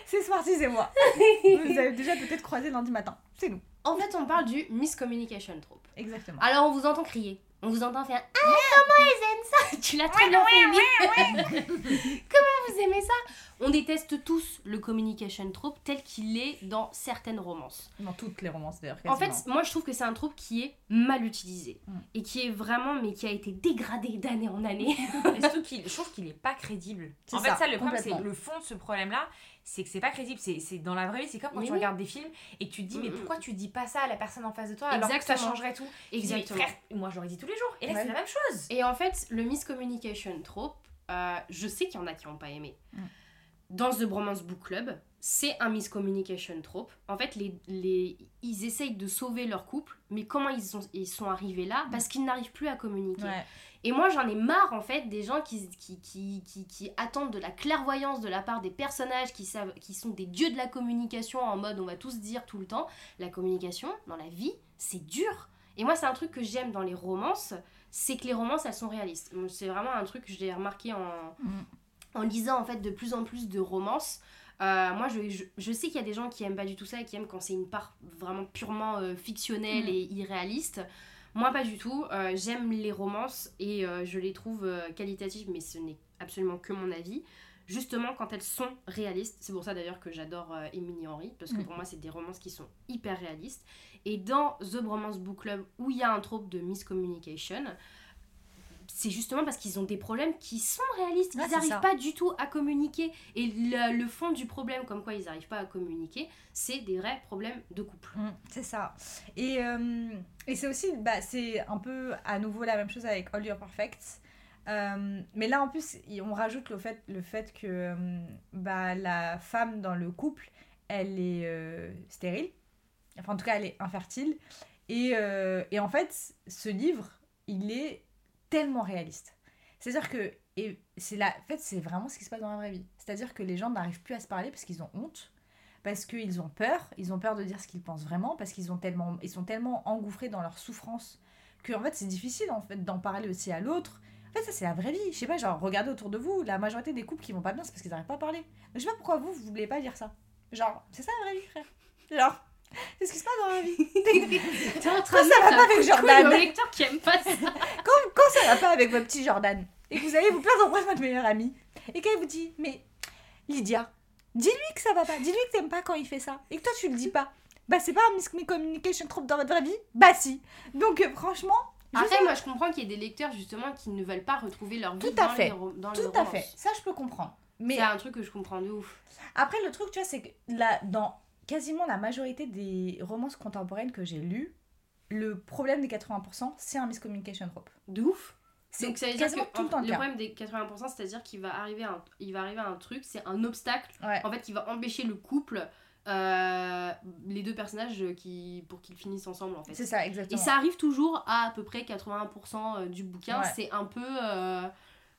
C'est Smarty, c'est moi. Vous avez déjà peut-être croisé lundi matin. C'est nous. En fait, on parle du miscommunication trope. Exactement. Alors, on vous entend crier. On vous entend faire ah comment ils aiment ça. Tu l'as très bien fait. Comment vous aimez ça? On déteste tous le communication trope tel qu'il est dans certaines romances. Dans toutes les romances d'ailleurs. En quasiment. fait, moi je trouve que c'est un trope qui est mal utilisé Mm. et qui est vraiment, mais qui a été dégradé d'année en année. Mais surtout qu'il, je trouve qu'il est pas crédible. C'est En fait, ça, ça, le problème, c'est complètement. le fond de ce problème-là, c'est que c'est pas crédible. C'est, c'est dans la vraie vie, c'est comme quand Mais tu oui. regardes des films et que tu te dis, mais Mm, mm. pourquoi tu dis pas ça à la personne en face de toi alors que ça Exactement. changerait tout. Tu dis, mais Exactement. frère, moi j'aurais dit tous les jours. Et là, Ouais. c'est la même chose. Et en fait, le miscommunication trope, euh, je sais qu'il y en a qui n'ont pas aimé. Mm. Dans The Bromance Book Club, c'est un miscommunication trope. En fait, les, les, ils essayent de sauver leur couple, mais comment ils sont, ils sont arrivés là? Parce qu'ils n'arrivent plus à communiquer. Ouais. Et moi, j'en ai marre, en fait, des gens qui, qui, qui, qui, qui attendent de la clairvoyance de la part des personnages qui, savent, qui sont des dieux de la communication, en mode on va tous dire tout le temps. La communication, dans la vie, c'est dur. Et moi, c'est un truc que j'aime dans les romances, c'est que les romances, elles sont réalistes. C'est vraiment un truc que j'ai remarqué en, Mm. en lisant, en fait, de plus en plus de romances. Euh, moi, je, je, je sais qu'il y a des gens qui aiment pas du tout ça et qui aiment quand c'est une part vraiment purement euh, fictionnelle Mm. et irréaliste. Moi, pas du tout. Euh, j'aime les romances et euh, je les trouve euh, qualitatives, mais ce n'est absolument que mon avis. Justement, quand elles sont réalistes. C'est pour ça d'ailleurs que j'adore euh, Emily Henry, parce que Mm. pour moi, c'est des romances qui sont hyper réalistes. Et dans The Bromance Book Club, où il y a un trope de miscommunication, c'est justement parce qu'ils ont des problèmes qui sont réalistes. Ils Ouais, c'est n'arrivent ça. pas du tout à communiquer. Et le, le fond du problème, comme quoi ils n'arrivent pas à communiquer, c'est des vrais problèmes de couple. Mm, c'est ça. Et, euh, et c'est aussi, bah, c'est un peu à nouveau la même chose avec All Your Perfect. Euh, mais là en plus, y- on rajoute le fait, le fait que euh, bah, la femme dans le couple, elle est euh, stérile. Enfin, en tout cas, elle est infertile. Et, euh, et en fait, ce livre, il est tellement réaliste. C'est-à-dire que, et c'est la, en fait, c'est vraiment ce qui se passe dans la vraie vie. C'est-à-dire que les gens n'arrivent plus à se parler parce qu'ils ont honte, parce qu'ils ont peur, ils ont peur de dire ce qu'ils pensent vraiment, parce qu'ils ont tellement, ils sont tellement engouffrés dans leur souffrance que en fait, c'est difficile en fait d'en parler aussi à l'autre. En fait, ça c'est la vraie vie. Je sais pas, genre regardez autour de vous, la majorité des couples qui vont pas bien, c'est parce qu'ils n'arrivent pas à parler. Donc je sais pas pourquoi vous, vous voulez pas dire ça. Genre, c'est ça la vraie vie, frère. Genre, c'est ce qui se passe dans la vie. T'es en Quand ça va pas avec Jordan, le lecteur qui aime pas ça. quand, quand ça va pas avec votre petit Jordan, et que vous allez vous plaindre auprès de votre meilleure amie, et qu'elle vous dit, mais Lydia, dis-lui que ça va pas, dis-lui que t'aimes pas quand il fait ça, et que toi tu le dis pas. Bah c'est pas un miscommunication trope dans votre vraie vie? Bah si. Donc euh, franchement, je Après, sais- moi je comprends qu'il y ait des lecteurs justement qui ne veulent pas retrouver leur vie Tout à dans, fait. les, ro- dans les tout à romances. fait, ça je peux comprendre. Mais C'est un truc que je comprends de ouf. après le truc, tu vois, c'est que là, dans quasiment la majorité des romances contemporaines que j'ai lues, le problème des quatre-vingts pour cent, c'est un miscommunication trope. De ouf. C'est Donc ça veut dire quasiment que tout le temps le le cas. problème des quatre-vingts pour cent, c'est-à-dire qu'il va arriver à un, il va arriver à un truc, c'est un obstacle Ouais. en fait qui va empêcher le couple, euh, les deux personnages qui, pour qu'ils finissent ensemble en fait. C'est ça, Et exactement. ça arrive toujours à à peu près quatre-vingts pour cent du bouquin. Ouais. C'est un peu. euh,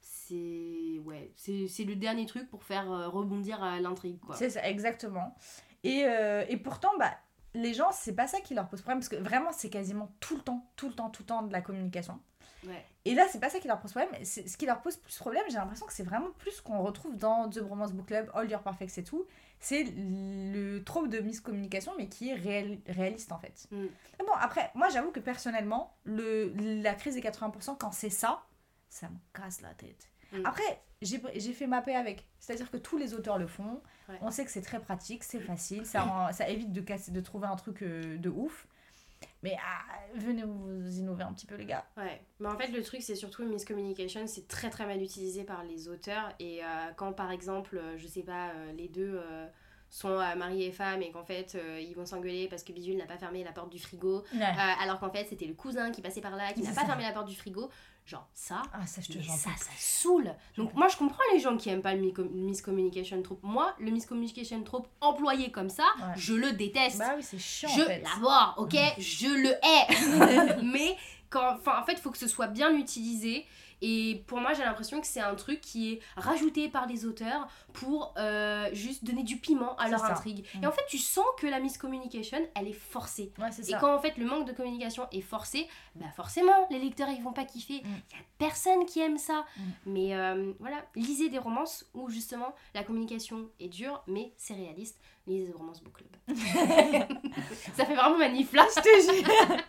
c'est. Ouais. C'est c'est le dernier truc pour faire euh, rebondir à l'intrigue quoi. C'est ça, exactement. Et, euh, et pourtant, bah, les gens, c'est pas ça qui leur pose problème, parce que vraiment, c'est quasiment tout le temps, tout le temps, tout le temps de la communication. Ouais. Et là, c'est pas ça qui leur pose problème. C'est, ce qui leur pose plus problème, j'ai l'impression que c'est vraiment plus ce qu'on retrouve dans The Bromance Book Club, All Your Perfect et tout. C'est le trope de miscommunication, mais qui est réel, réaliste en fait. Mm. Mais bon, après, moi j'avoue que personnellement, le, la crise des quatre-vingts pour cent, quand c'est ça, ça me casse la tête. Mm. Après, j'ai, j'ai fait ma paix avec. C'est-à-dire que tous les auteurs le font. Ouais. On sait que c'est très pratique, c'est facile, ça, rend- ça évite de, casser, de trouver un truc euh, de ouf. Mais ah, venez vous innover un petit peu, les gars. Ouais, mais en fait le truc c'est surtout miscommunication, c'est très très mal utilisé par les auteurs et euh, quand par exemple, euh, je sais pas, euh, les deux euh, sont euh, mari et femme et qu'en fait euh, ils vont s'engueuler parce que Bidule n'a pas fermé la porte du frigo, Ouais. euh, alors qu'en fait c'était le cousin qui passait par là qui n'a C'est pas ça. fermé la porte du frigo, genre ça, Ah, ça, je te mais j'en ça peux ça saoule. Donc moi je comprends les gens qui aiment pas le mi- miscommunication trope. Moi le miscommunication trope employé comme ça, Ouais. je le déteste. Bah oui, c'est chiant Je en fait. l'aborde, ok, je le hais. Mais quand, enfin, en fait, il faut que ce soit bien utilisé Et pour moi, j'ai l'impression que c'est un truc qui est rajouté par les auteurs pour euh, juste donner du piment à C'est leur ça. intrigue. Mm. Et en fait, tu sens que la miscommunication, elle est forcée. Ouais, c'est Et ça. quand en fait le manque de communication est forcé, bah forcément les lecteurs ils vont pas kiffer. Il Mm. y a personne qui aime ça. Mm. Mais euh, voilà, lisez des romances où justement la communication est dure, mais c'est réaliste. Lisez The Romance Book Club. Ça fait vraiment manif là. Je te jure.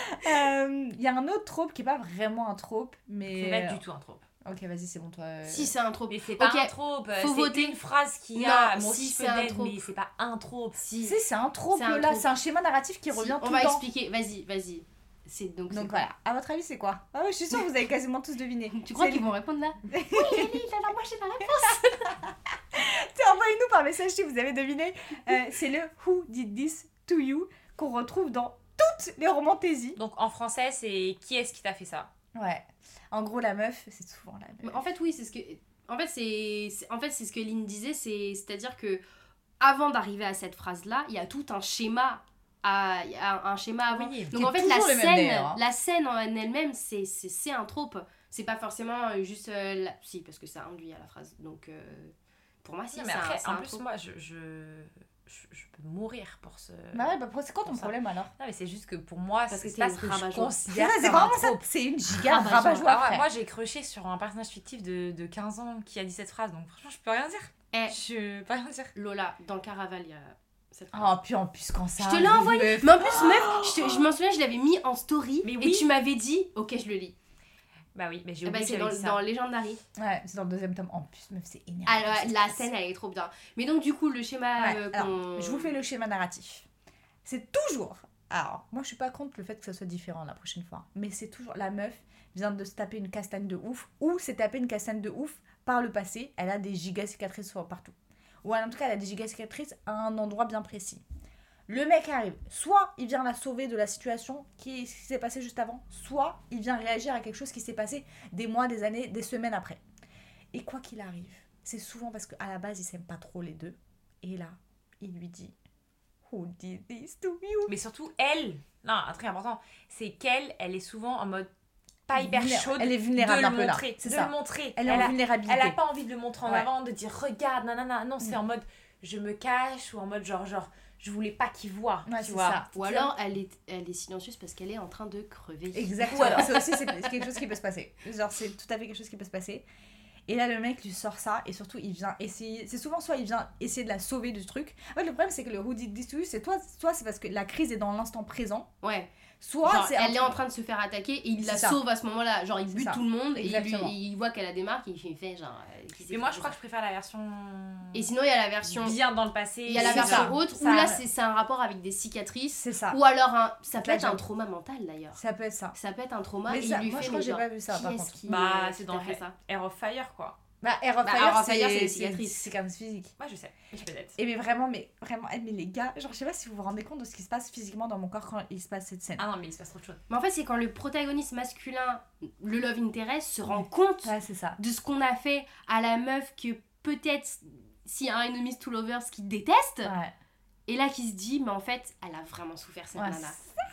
Euh, Il y a un autre trope qui est pas vraiment un trope, mais. C'est pas du tout un trope. Ok, vas-y, c'est bon, toi. euh, Si c'est un trope. Mais c'est pas Ok, un trope, faut c'est voter. une phrase qu'il y Non, a. Moi si aussi, je c'est peux un l'être, trope. mais c'est pas un trope. Si. Si, c'est un trope, C'est un là, trope. c'est un schéma narratif qui Si, revient on tout va le temps. expliquer. Vas-y, vas-y. C'est donc. c'est Donc quoi voilà, à votre avis, c'est quoi? Ah ouais, je suis sûre que vous avez quasiment tous deviné. Tu crois C'est qu'ils le- vont répondre là? Oui, Ellie, alors moi j'ai la réponse. Tiens, envoyez-nous par message si vous avez deviné. Euh, c'est le Who Did This To You qu'on retrouve dans toutes les romantésies. Donc en français, c'est qui est-ce qui t'a fait ça? Ouais. En gros, la meuf, c'est souvent la Mais meuf. en fait, oui, c'est ce que. En fait, c'est c'est- en fait, c'est ce que Lynn disait, c'est- c'est-à-dire que avant d'arriver à cette phrase-là, il y a tout un schéma. À, il y a un schéma avant. Oui. Donc Qui en est fait, la toujours le même, scène, d'ailleurs, hein. la scène en elle-même, c'est c'est- c'est un trope. C'est pas forcément euh, juste. euh, la- Si, parce que ça induit à la phrase. Donc euh, pour moi, si, Non, mais c'est un- après, c'est en un plus, trope. moi, je, je, je, je peux mourir pour ce... Bah ouais, bah c'est quoi ton Pour ça. problème alors? Non, mais c'est juste que pour moi, Parce c'est que pas t'es ce que je rabat-joie. considère C'est comme un vraiment ça, trope. c'est une giga Rabat-joie. rabat-joie. Ah ouais, frère. moi, j'ai croché sur un personnage fictif de, de quinze ans qui a dit cette phrase, donc franchement, je peux rien dire. Eh. Je peux rien dire. Lola, dans Caraval, il y a cette phrase. Oh, puis en plus, quand ça. Je te l'ai arrive, envoyé. meuf. Mais en plus, meuf, je, te- je m'en souviens, je l'avais mis en story. Mais Et oui. tu m'avais dit, ok, je le lis. Bah oui, mais j'ai Eh ben, oublié c'est que dans, j'avais dit dans ça. Legendary. Ouais, c'est dans le deuxième tome. En plus, meuf, c'est énervant. Alors, cette la phrase. scène, elle est trop bien. Mais donc, du coup, le schéma Ouais, euh, alors, qu'on... je vous fais le schéma narratif. C'est toujours. Alors, moi, je suis pas contre le fait que ça soit différent la prochaine fois. Mais c'est toujours. La meuf vient de se taper une castagne de ouf. Ou s'est tapé une castagne de ouf par le passé. Elle a des giga cicatrices sur- partout. Ou en tout cas, elle a des giga cicatrices à un endroit bien précis. Le mec arrive. Soit il vient la sauver de la situation qui, qui s'est passée juste avant. Soit il vient réagir à quelque chose qui s'est passé des mois, des années, des semaines après. Et quoi qu'il arrive, c'est souvent parce qu'à la base, ils s'aiment pas trop les deux. Et là, il lui dit Who did this to you? Mais surtout, elle, non, un truc important, c'est qu'elle, elle est souvent en mode pas hyper Vulnéra- chaude Elle est de vulnérable le un peu là. montrer. C'est de ça. le montrer. Elle est en a, vulnérabilité. elle a pas envie de le montrer en Ouais. avant, de dire regarde, nanana. Non, c'est Mm. en mode je me cache ou en mode genre, genre je voulais pas qu'il voit. Ouais, tu c'est vois. ça. Ou alors, elle est, elle est silencieuse parce qu'elle est en train de crever. Exactement. Voilà. Ça aussi, c'est c'est quelque chose qui peut se passer. Genre, c'est tout à fait quelque chose qui peut se passer. Et là, le mec lui sort ça, et surtout, il vient essayer. C'est souvent soit il vient essayer de la sauver du truc. En fait, le problème, c'est que le Who did this to you, c'est toi, soit c'est parce que la crise est dans l'instant présent, Ouais. soit Genre, c'est. elle est un- en train de se faire attaquer et il la C'est ça. sauve à ce moment-là. Genre, il C'est bute ça. tout le monde et il, lui- Exactement. et il voit qu'elle a des marques et il fait genre. euh, qui s'est Mais moi, fait je crois que ça. je préfère la version Et sinon, il y a la version. bien dans le passé. Il y a la C'est version ça. autre Ça- où là, c'est c'est un rapport avec des cicatrices. C'est ça. Ou alors, un, ça peut Là, être un j'aime. trauma mental d'ailleurs. Ça peut être ça. Ça peut être un trauma Mais et ça, il lui moi, fait je crois mais que j'ai genre, pas vu ça, qui par est-ce contre. qui, Bah, euh, c'est t'a dans fait ça. Air of Fire, quoi. Bah, Air of Bah, Fire, Air of Fire, c'est c'est les c'est- cicatrices. c'est cicatrices physiques. Moi, je sais. Je peux être. Et mais vraiment, mais vraiment, eh, mais les gars, genre, je sais pas si vous vous rendez compte de ce qui se passe physiquement dans mon corps quand il se passe cette scène. Ah non, mais il se passe trop de choses. Mais en fait, c'est quand le protagoniste masculin, le love interest, se rend compte Ouais, c'est ça. de ce qu'on a fait à la meuf que peut-être s'il y a un enemies to lovers qui déteste, Ouais. et là qui se dit, mais en fait, elle a vraiment souffert cette Ouais, nana.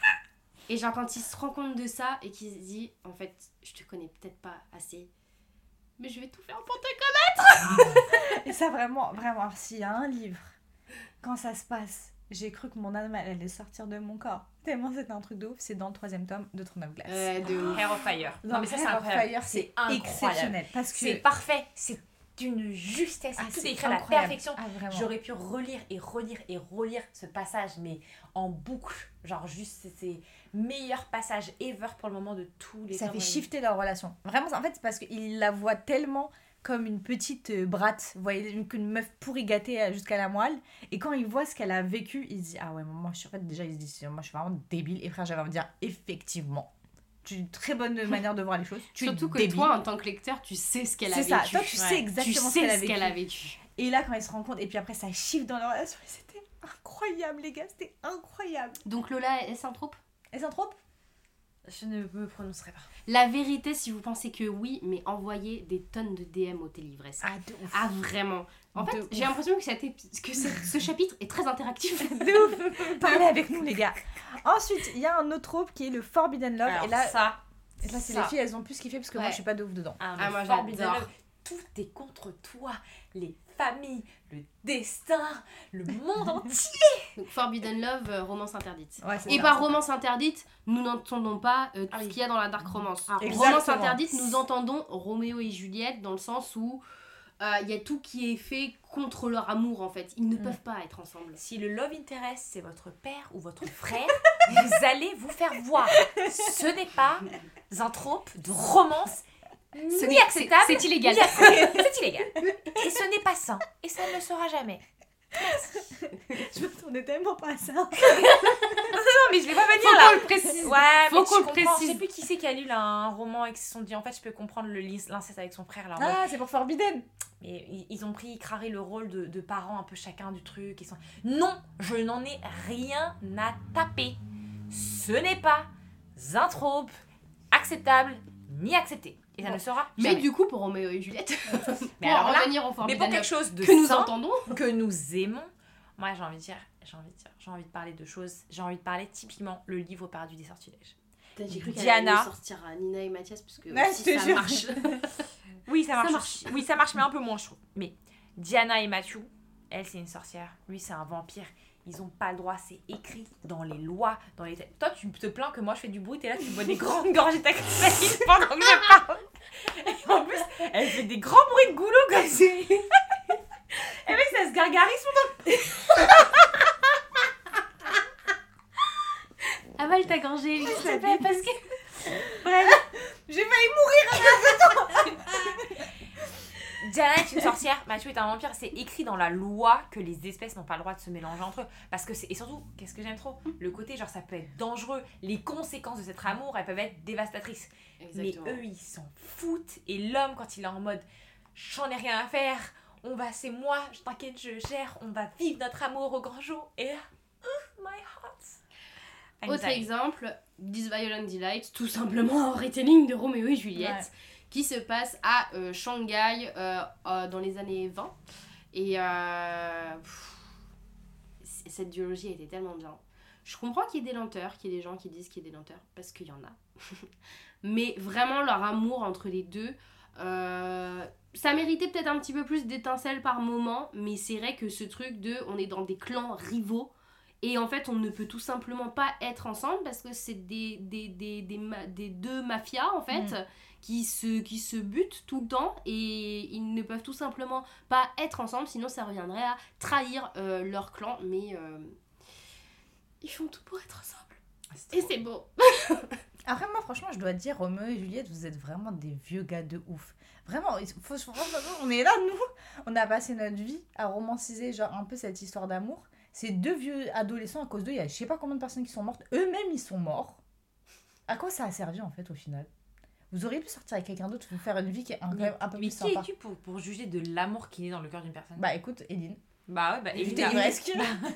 Et genre, quand il se rend compte de ça et qu'il se dit, en fait, je te connais peut-être pas assez, mais je vais tout faire pour te connaître. Et ça, vraiment, vraiment, alors, s'il y a un livre, quand ça se passe, j'ai cru que mon âme elle allait sortir de mon corps. Tellement c'était un truc de ouf, c'est dans le troisième tome de Trône of Glace. Euh, de ouf. Air of Fire. Dans Non, mais ça, c'est Air of incroyable. Fire, c'est incroyable. exceptionnel. Parce que. C'est parfait. C'est d'une justesse. Ah, tout c'est est écrit à la incroyable. perfection. Ah, vraiment. J'aurais pu relire et relire et relire ce passage, mais en boucle. Genre, juste, c'est- c'est meilleur passage ever pour le moment de tous les Ça tomes. fait shifter leur relation. Vraiment, en fait, c'est parce qu'il la voit tellement comme une petite euh, bratte, vous voyez, une, une meuf pourri gâtée euh, jusqu'à la moelle. Et quand il voit ce qu'elle a vécu, il se dit ah ouais, moi je suis en fait déjà, il se dit moi je suis vraiment débile. Et frère, j'avais envie de dire effectivement, tu as une très bonne manière de voir les choses. Tu Surtout es que débile. toi, en tant que lecteur, tu sais ce qu'elle a C'est vécu. ça, toi tu Ouais. sais Tu exactement ce sais qu'elle a ce vécu. qu'elle a vécu. Et là, quand ils se rencontrent, et puis après ça chiffre dans leur relation, c'était incroyable, les gars, c'était incroyable. Donc Lola, est-ce un trope? Et c'est un trope? Je ne me prononcerai pas. La vérité, si vous pensez que oui, mais envoyez des tonnes de D M au Télivresse. Ah, de ouf. Ah, vraiment. En fait, De j'ai ouf. l'impression que, cette épi- que ce, ce chapitre est très interactif. De ouf. Parlez avec nous, les gars. Ensuite, il y a un autre trope qui est le Forbidden Love. Alors et là, ça, Et là, c'est Ça. les filles, elles ont plus kiffé parce que moi, Ouais. je suis pas de ouf dedans. Un Ah, moi, Forbidden j'adore. Love. Tout est contre toi. Les familles, le destin, le monde entier. Donc, Forbidden Love, euh, romance interdite. Ouais, c'est Et ça. par romance interdite, nous n'entendons pas euh, tout Ah oui. ce qu'il y a dans la dark romance. Exactement. Romance interdite, nous entendons Roméo et Juliette dans le sens où euh, il y a tout qui est fait contre leur amour en fait. Ils ne Mm. peuvent pas être ensemble. Si le love interest, c'est votre père ou votre frère, vous allez vous faire voir. Ce n'est pas un trope de romance Ce ni n'est- acceptable. c'est- c'est illégal. ni acceptable. C'est illégal. Et ce n'est pas sain. Et ça ne le sera jamais. Je m'attendais tellement pas à ça. Non, mais je l'ai pas venir Faut là. qu'on le précise. Ouais, Faut mais qu'on tu le comprends. Je précise. sais plus qui c'est qui a lu là, un roman et qui se sont dit en fait je peux comprendre le lis- l'inceste avec son frère là. en mode, Ah, c'est pour Forbidden. Mais ils- ils ont pris Crary le rôle de, de parents un peu chacun du truc. Ils sont... Non, je n'en ai rien à taper. Ce n'est pas un trope acceptable ni accepté. Et ça Bon. ne sera Mais jamais. du coup, pour Roméo et Juliette, Mais pour alors là, revenir au mais Forbidden pour quelque Love chose de que nous sain, entendons, que nous aimons, moi j'ai envie de dire, j'ai envie de dire, j'ai envie de parler de choses, j'ai envie de parler typiquement le livre perdu des sortilèges. j'ai cru qu'elle Diana. allait sortir à Nina et Mathias parce que Ouais, si je te ça jure. marche. Oui, ça Ça marche. marche. Oui, ça marche, mais un peu moins, je trouve. Mais Diana et Matthew, elle, c'est une sorcière. Lui, c'est un vampire. Ils ont pas le droit, c'est écrit dans les lois, dans les... Toi, tu te plains que moi, je fais du bruit, t'es là, tu bois des grandes gorgées de ta cristalline pendant que je parle. Et en plus, elle fait des grands bruits de goulot comme ça. Et mec, ça se gargarise. Avale ta gorgée, Elise, s'il te plaît, parce que... J'ai failli mourir. Diana est une sorcière, Mathieu est un vampire. C'est écrit dans la loi que les espèces n'ont pas le droit de se mélanger entre eux. Parce que c'est... Et surtout, qu'est-ce que j'aime trop? Le côté, genre, ça peut être dangereux. Les conséquences de cet amour, elles peuvent être dévastatrices. Exactement. Mais eux, ils s'en foutent. Et l'homme, quand il est en mode j'en ai rien à faire, on va, c'est moi, je t'inquiète, je gère, on va vivre notre amour au grand jour. Et là, oh, my heart. Autre Anxiety. exemple, This Violent Delight, tout simplement un retelling de Roméo et Juliette, Ouais. qui se passe à euh, Shanghai euh, euh, dans les années vingt. Et euh, pff, c- cette duologie était tellement bien. Je comprends qu'il y ait des lenteurs, qu'il y ait des gens qui disent qu'il y ait des lenteurs, parce qu'il y en a. Mais vraiment, leur amour entre les deux, euh, ça méritait peut-être un petit peu plus d'étincelles par moment, mais c'est vrai que ce truc de on est dans des clans rivaux, et en fait on ne peut tout simplement pas être ensemble parce que c'est des, des, des, des, ma- des deux mafias en fait Mm. qui, se, qui se butent tout le temps, et ils ne peuvent tout simplement pas être ensemble, sinon ça reviendrait à trahir euh, leur clan, mais euh, ils font tout pour être ensemble. Et c'est beau. Après, moi, franchement, je dois te dire, Roméo et Juliette, vous êtes vraiment des vieux gars de ouf. Vraiment, il faut, franchement, on est là, nous, on a passé notre vie à romanciser genre un peu cette histoire d'amour. Ces deux vieux adolescents, à cause d'eux, il y a je sais pas combien de personnes qui sont mortes. Eux-mêmes, ils sont morts. À quoi ça a servi, en fait, au final? Vous auriez pu sortir avec quelqu'un d'autre, vous faire une vie qui est un, quand même un peu Mais plus qui sympa. es-tu pour, pour juger de l'amour qui est dans le cœur d'une personne? Bah écoute, Eline, Bah ouais, bah j'étais évidemment. presque.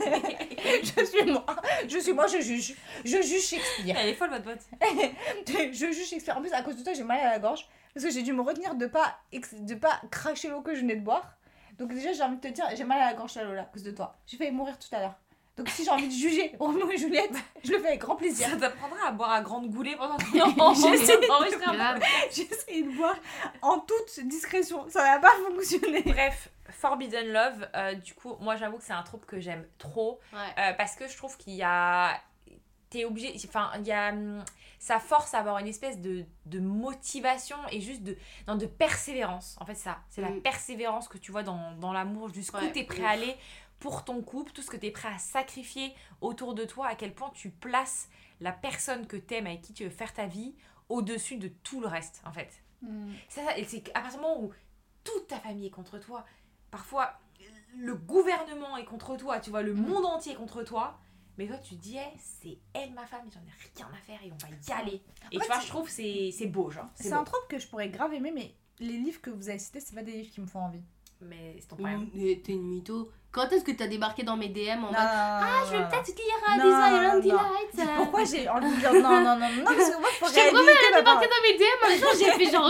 je suis moi. Je suis moi, je juge. Je juge Shakespeare. Elle est folle, votre pote. je juge Shakespeare. En plus, à cause de toi, j'ai mal à la gorge. Parce que j'ai dû me retenir de pas, ex- de pas cracher l'eau que je venais de boire. Donc déjà, j'ai envie de te dire, j'ai mal à la gorge, Lola, à cause de toi. J'ai failli mourir tout à l'heure. Donc si j'ai envie de juger Roméo et Juliette, je le fais avec grand plaisir. Ça t'apprendra à boire à grande goulée pendant qu'on J'essaie de- enregistre un Grave. J'ai essayé de boire en toute discrétion. Ça n'a pas fonctionné. Bref, Forbidden Love, euh, du coup, moi j'avoue que c'est un trope que j'aime trop. Ouais. euh, parce que je trouve qu'il y a. T'es obligé. Enfin, il y a. hum, Ça force à avoir une espèce de, de motivation et juste de, non, de persévérance. En fait, ça. C'est la Mm. persévérance que tu vois dans, dans l'amour, jusqu'où Ouais, t'es prêt ouf. à aller pour ton couple, tout ce que t'es prêt à sacrifier autour de toi, à quel point tu places la personne que t'aimes, avec qui tu veux faire ta vie, au-dessus de tout le reste, en fait. C'est ça, et c'est qu'à partir du moment où toute ta famille est contre toi, parfois le gouvernement est contre toi, tu vois, le Mm. monde entier est contre toi, mais toi tu te dis, hey, c'est elle ma femme, j'en ai rien à faire et on va y aller. Et Ouais, tu vois, c'est- je trouve que c'est c'est beau, genre. C'est beau. un trope que je pourrais grave aimer, mais les livres que vous avez cités, c'est pas des livres qui me font envie. Mais c'est ton problème. Mais t'es une mytho. Quand est-ce que t'as débarqué dans mes D M en Non, mode Ah, je vais non, peut-être lire à Non, Desire and non. Delight. non. Pourquoi j'ai envie de dire non, non, non, non, parce que moi je Je pourrais te promets, réhabiliter elle a ma parole. débarqué dans mes D M un jour, j'ai fait genre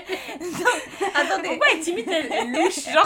ok. Attendez, Pourquoi elle est timide, elle, elle louche, genre.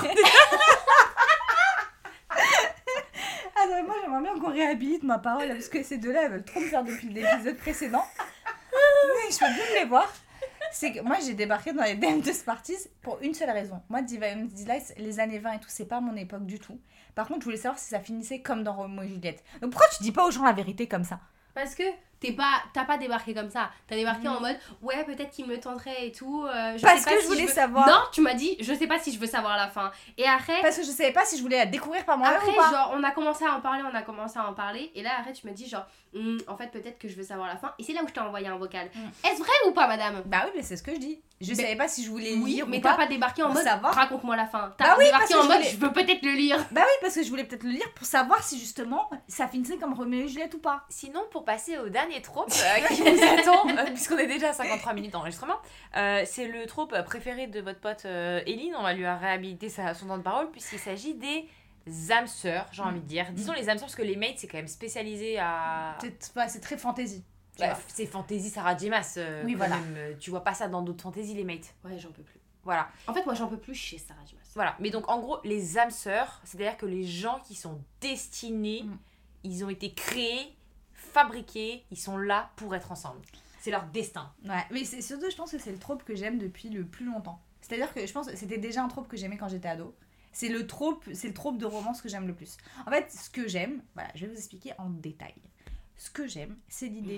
attendez, moi j'aimerais bien qu'on réhabilite ma parole parce que ces deux-là elles veulent trop me faire depuis l'épisode précédent. Mais je peux plus me les voir. C'est que moi, j'ai débarqué dans les D M de Smarties pour une seule raison. Moi, Divine Delight, les années vingt et tout, c'est pas mon époque du tout. Par contre, je voulais savoir si ça finissait comme dans Roméo et Juliette. Donc pourquoi tu dis pas aux gens la vérité comme ça? Parce que t'es pas, t'as pas débarqué comme ça. T'as débarqué Mmh. en mode ouais, peut-être qu'il me tenterait et tout. euh, je Parce sais pas que si je voulais veux- savoir. Non, tu m'as dit je sais pas si je veux savoir la fin. Et après, Parce que je savais pas si je voulais la découvrir par moi-même après ou pas. genre on a commencé à en parler, on a commencé à en parler. Et là après tu me dis genre Hum, en fait peut-être que je veux savoir la fin. Et c'est là où je t'ai envoyé un vocal. Mmh. Est-ce vrai ou pas madame? Bah oui, mais c'est ce que je dis. Je Mais- savais pas si je voulais Oui, lire mais ou t'as pas. pas débarqué en pour mode savoir. raconte-moi la fin. T'as Bah oui, débarqué parce en que je mode voulais- je veux peut-être le lire. Bah oui, parce que je voulais peut-être le lire pour savoir si justement ça finissait comme Roméo et Juliette ou pas. Sinon, pour passer au dernier trope euh, qui vous attend, euh, puisqu'on est déjà à cinquante-trois minutes d'enregistrement, euh, c'est le trope préféré de votre pote euh, Eline. On va lui réhabiliter sa, son temps de parole, puisqu'il s'agit des âmes sœurs, j'ai envie de dire. Disons les âmes sœurs, parce que les mates, c'est quand même spécialisé à. C'est ouais, c'est très fantasy. tu Bah, vois. c'est fantasy Sarah J. Maas. euh, Oui, quand voilà. même, euh, tu vois pas ça dans d'autres fantasy, les mates. Ouais, j'en peux plus. Voilà. En fait, moi j'en peux plus chez Sarah J. Maas. Voilà. Mais donc, en gros, les âmes sœurs, c'est-à-dire que les gens qui sont destinés, Mm. ils ont été créés, fabriqués, ils sont là pour être ensemble. C'est leur destin. Ouais, mais c'est surtout, je pense que c'est le trope que j'aime depuis le plus longtemps. C'est-à-dire que je pense que c'était déjà un trope que j'aimais quand j'étais ado. C'est le trope, c'est le trope de romance que j'aime le plus. En fait, ce que j'aime, voilà, je vais vous expliquer en détail. Ce que j'aime, c'est l'idée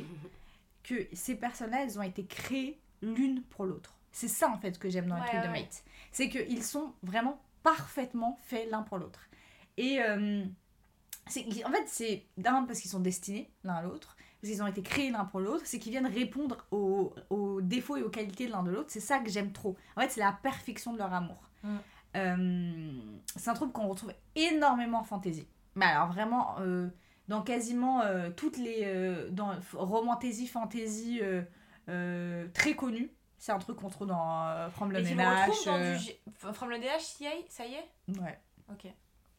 que ces personnes-là, elles ont été créées l'une pour l'autre. C'est ça, en fait, que j'aime dans les Ouais, trucs de ouais. Mate. C'est qu'ils sont vraiment parfaitement faits l'un pour l'autre. Et euh, c'est, en fait, c'est d'un, parce qu'ils sont destinés l'un à l'autre, parce qu'ils ont été créés l'un pour l'autre, c'est qu'ils viennent répondre aux, aux défauts et aux qualités de l'un de l'autre. C'est ça que j'aime trop. En fait, c'est la perfection de leur amour. Mm. Euh, c'est un truc qu'on retrouve énormément en fantasy. Mais alors vraiment, euh, dans quasiment euh, toutes les euh, dans romantasy, fantasy euh, euh, très connus. C'est un truc qu'on trouve dans euh, From le Et tu le Ménage. retrouves dans euh, du... G- From le D H, ça y est, ça y est. Ouais. Ok.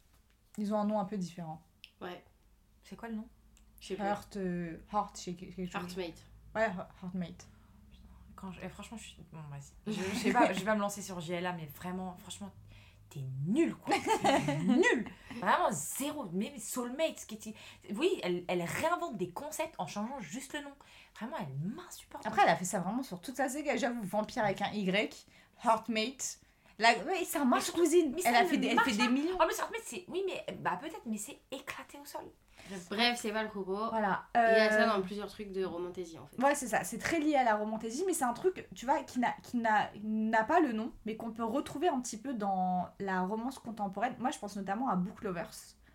Ils ont un nom un peu différent. Ouais, C'est quoi le nom? je sais plus. Heart, euh, Heart, c'est quelque quelque chose. Heartmate. Ouais, Heartmate. Quand je... eh, franchement, je suis. Bon, vas-y. Je, je sais pas, je vais pas me lancer sur J L A, mais vraiment, franchement, t'es nul, quoi. T'es nul. Vraiment zéro. Mais Soulmate, ce qui est... Oui, elle, elle réinvente des concepts en changeant juste le nom. Vraiment, elle m'insupporte. Après, elle a fait ça vraiment sur toute sa saga. J'avoue, Vampire avec un Y, Heartmate. La... Ouais, ça marche, cousine. mais ça Elle a ne fait des, elle marche fait des millions. Oh, mais Soulmate, c'est. Oui, mais. Bah, peut-être, mais c'est éclaté au sol. Bref, c'est pas le propos. Voilà. Il y a ça Euh, dans plusieurs trucs de romantasy en fait. Ouais, c'est ça. C'est très lié à la romantasy, mais c'est un truc, tu vois, qui n'a, qui n'a, n'a pas le nom, mais qu'on peut retrouver un petit peu dans la romance contemporaine. Moi, je pense notamment à Book Lovers,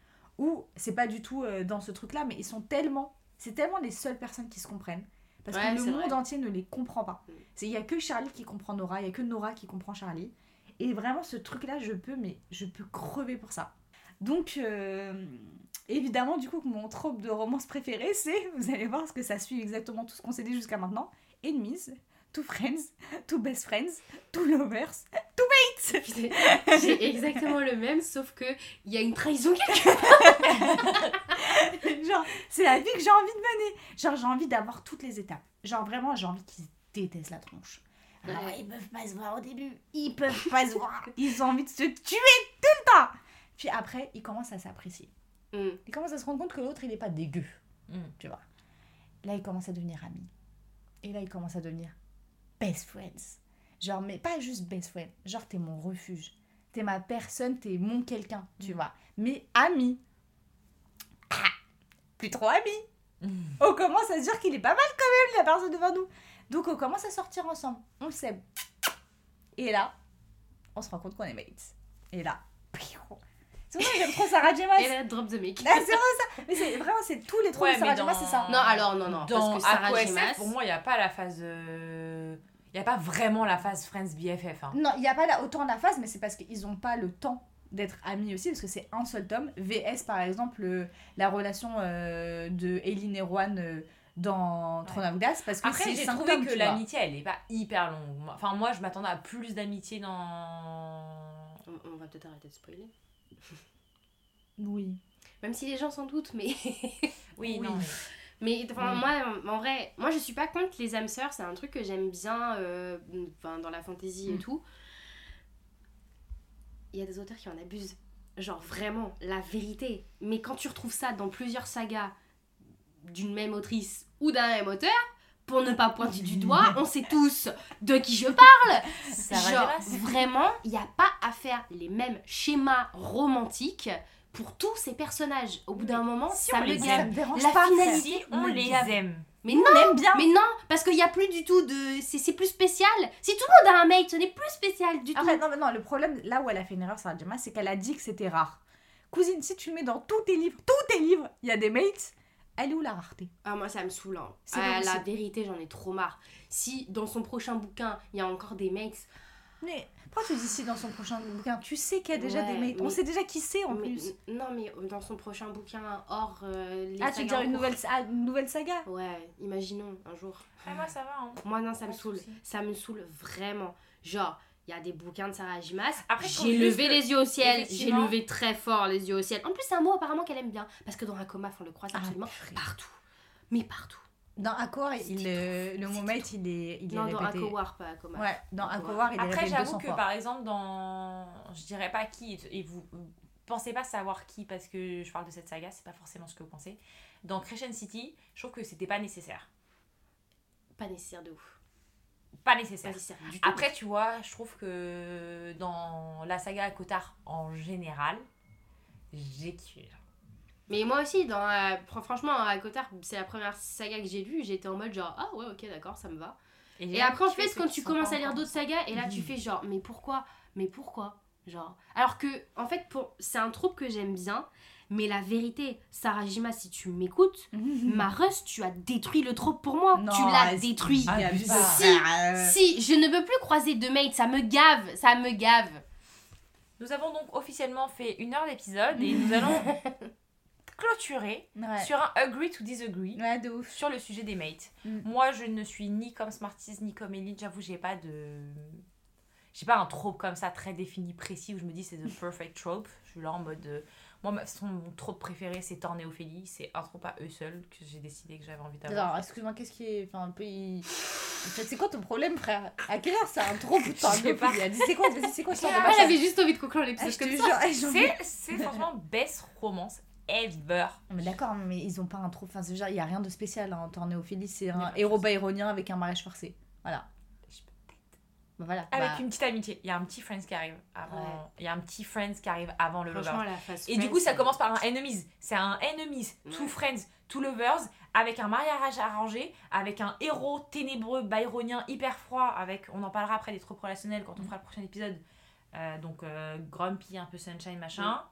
où c'est pas du tout euh, dans ce truc-là, mais ils sont tellement... C'est tellement les seules personnes qui se comprennent. Parce Ouais, que le c'est monde vrai. entier ne les comprend pas. Mm. Il n'y a que Charlie qui comprend Nora, il n'y a que Nora qui comprend Charlie. Et vraiment, ce truc-là, je peux, mais je peux crever pour ça. Donc, euh, évidemment, du coup, mon trope de romance préféré, c'est, vous allez voir, parce que ça suit exactement tout ce qu'on s'est dit jusqu'à maintenant, enemies, two friends, two best friends, two lovers, two mates. Putain, j'ai exactement le même, sauf que il y a une trahison quelque Genre, c'est la vie que j'ai envie de mener. Genre, j'ai envie d'avoir toutes les étapes. Genre, vraiment, j'ai envie qu'ils se détestent la tronche. Alors, Ouais. ils peuvent pas se voir au début. Ils peuvent pas se voir. Ils ont envie de se tuer tout le temps. Puis après, ils commencent à s'apprécier. Mm. Ils commencent à se rendre compte que l'autre, il est pas dégueu. Mm. Tu vois. Là, ils commencent à devenir amis. Et là, ils commencent à devenir best friends. Genre, mais pas juste best friend. Genre, t'es mon refuge. T'es ma personne, t'es mon quelqu'un, tu vois. Mais amis. Ah, plus trop amis. Mm. On commence à se dire qu'il est pas mal quand même, la personne devant nous. Donc, on commence à sortir ensemble. On le sait. Et là, on se rend compte qu'on est mates. Et là, piou. C'est pour ça que j'aime trop Sarah J. Maas. Et là, drop the mic. Ah, c'est vraiment ça. Mais c'est vraiment, c'est tous les trucs Ouais, de Sarah mais J. Maas, dans- c'est ça. Non, alors non, non. Dans parce que Sarah Aqua J. S F, Maas, pour moi, il n'y a pas la phase. Il n'y a pas vraiment la phase Friends B F F. Hein. Non, il n'y a pas là autant la phase, mais c'est parce qu'ils n'ont pas le temps d'être amis aussi, parce que c'est un seul tome. V S, par exemple, euh, la relation euh, de Eileen et Rowan euh, dans Ouais. Throne of Glass, parce que Après, c'est j'ai cinq trouvé tomes, que tu vois. l'amitié, elle est pas hyper longue. Enfin, moi, je m'attendais à plus d'amitié dans. on, on va peut-être arrêter de spoiler. Oui. Même si les gens s'en doutent, mais. Oui, Oui. non. Mais enfin, Oui. moi, en vrai, moi je suis pas contre les âmes sœurs, c'est un truc que j'aime bien euh, enfin, dans la fantasy et Mm. tout. Il y a des auteurs qui en abusent. Genre vraiment, la vérité. Mais quand tu retrouves ça dans plusieurs sagas d'une même autrice ou d'un même auteur, pour ne pas pointer du doigt, on sait tous de qui je parle. Ça va Genre, déracer. vraiment, il n'y a pas à faire les mêmes schémas romantiques pour tous ces personnages. Au bout d'un moment, si ça on me les Ça gave. me dérange La pas. finalité, Si on me les gave. aime. Mais Nous, non, on aime bien. mais non, parce qu'il n'y a plus du tout de... C'est, c'est plus spécial. Si tout le monde a un mate, ce n'est plus spécial du Après, tout. non, mais non, le problème, là où elle a fait une erreur, Sarah Jemma, c'est qu'elle a dit que c'était rare. Cousine, si tu le mets dans tous tes livres, tous tes livres, il y a des mates, elle est où la rareté? Ah, moi, ça me saoule. Hein. C'est Ah, pas la possible. vérité, j'en ai trop marre. Si dans son prochain bouquin, il y a encore des mates... Mais pourquoi tu dis si dans son prochain bouquin? Tu sais qu'il y a déjà Ouais, des mates. On mais- sait déjà qui c'est en mais- plus. Non, mais dans son prochain bouquin, hors euh, les Ah, tu veux sagas dire en une cours. nouvelle, ah, une nouvelle saga? Ouais, imaginons un jour. Ah, moi, ça va. Hein. Moi, non, ça me Pas de saoule. souci. Ça me saoule vraiment. Genre, il y a des bouquins de Sarah Jimas. Après, je trouve J'ai juste levé que, les yeux au ciel. J'ai effectivement- levé très fort les yeux au ciel. En plus, c'est un mot apparemment qu'elle aime bien. Parce que dans Akoma, on le croise Ah, absolument purée. partout. Mais partout. Dans Akowar, il, C'était euh, trop le fou, mot c'était mate, il est, il est non, dans répété. Akowar, pas Akoma. Ouais, dans Akowar. Akowar, il est Après, répété j'avoue deux cents que fois. par exemple, dans. Je dirais pas qui, et vous pensez pas savoir qui parce que je parle de cette saga, c'est pas forcément ce que vous pensez. Dans Crescent City, je trouve que c'était pas nécessaire. Pas nécessaire de ouf. Pas Pas nécessaire. nécessaire du tout. Après, tu vois, je trouve que dans la saga Kotar en général, j'ai kiffé. Mais moi aussi, dans, euh, fr- franchement, à Kotar, c'est la première saga que j'ai lue. J'étais en mode genre, ah ouais, ok, d'accord, ça me va. j'ai Et après, en kiffé fait, ceux quand qui tu sont commences pas à lire encore. d'autres sagas, et là, tu fais genre, mais pourquoi Mais pourquoi Genre. Alors que, en fait, pour... c'est un trope que j'aime bien, mais la vérité, Sarah Jima, si tu m'écoutes, ma Rust, tu as détruit le trope pour moi. Non, tu l'as elle- détruit. Ah, abuse putain. pas. Si, Euh, Si, je ne peux plus croiser de mates, ça me gave, ça me gave. Nous avons donc officiellement fait une heure d'épisode et nous allons clôturer Ouais. sur un agree to disagree Ouais, de ouf. sur le sujet des mates. Mm. Moi, je ne suis ni comme Smarties ni comme Elite. J'avoue, j'ai pas de. J'ai pas un trope comme ça très défini, précis où je me dis c'est the perfect trope. Je suis là en mode. euh, Moi, ma façon, mon trope préféré, c'est Thorn et Ophélie. C'est un trope à eux seuls que j'ai décidé que j'avais envie d'avoir. Alors, excuse-moi, qu'est-ce qui est. Enfin, un peu. il- En fait, c'est quoi ton problème, frère? À quelle heure c'est un trop de temps? Je sais pas. Dis, c'est quoi, vas-y, c'est quoi ce genre de Elle machin? avait juste envie de conclure Ah, l'épisode je te comme jure, ça. eh, j'en- C'est, c'est franchement best romance ever. Mais d'accord, mais ils ont pas un trop. Enfin, c'est genre, il y a rien de spécial hein, en Tornéophilie, c'est Il y a un pas de héros chose. byronien avec un mariage forcé. Voilà. Bah, voilà. Avec bah, une petite amitié. Il y a un petit Friends qui arrive avant. Ouais. Il y a un petit Friends qui arrive avant le Franchement, Lovers. la phase Et du Friends, coup, ça c'est- commence par un enemies. C'est un enemies, two Ouais. friends, two lovers, avec un mariage arrangé, avec un héros ténébreux, byronien, hyper froid, avec, on en parlera après des tropes relationnels quand on fera le prochain épisode. Euh, donc, euh, grumpy, un peu sunshine, machin.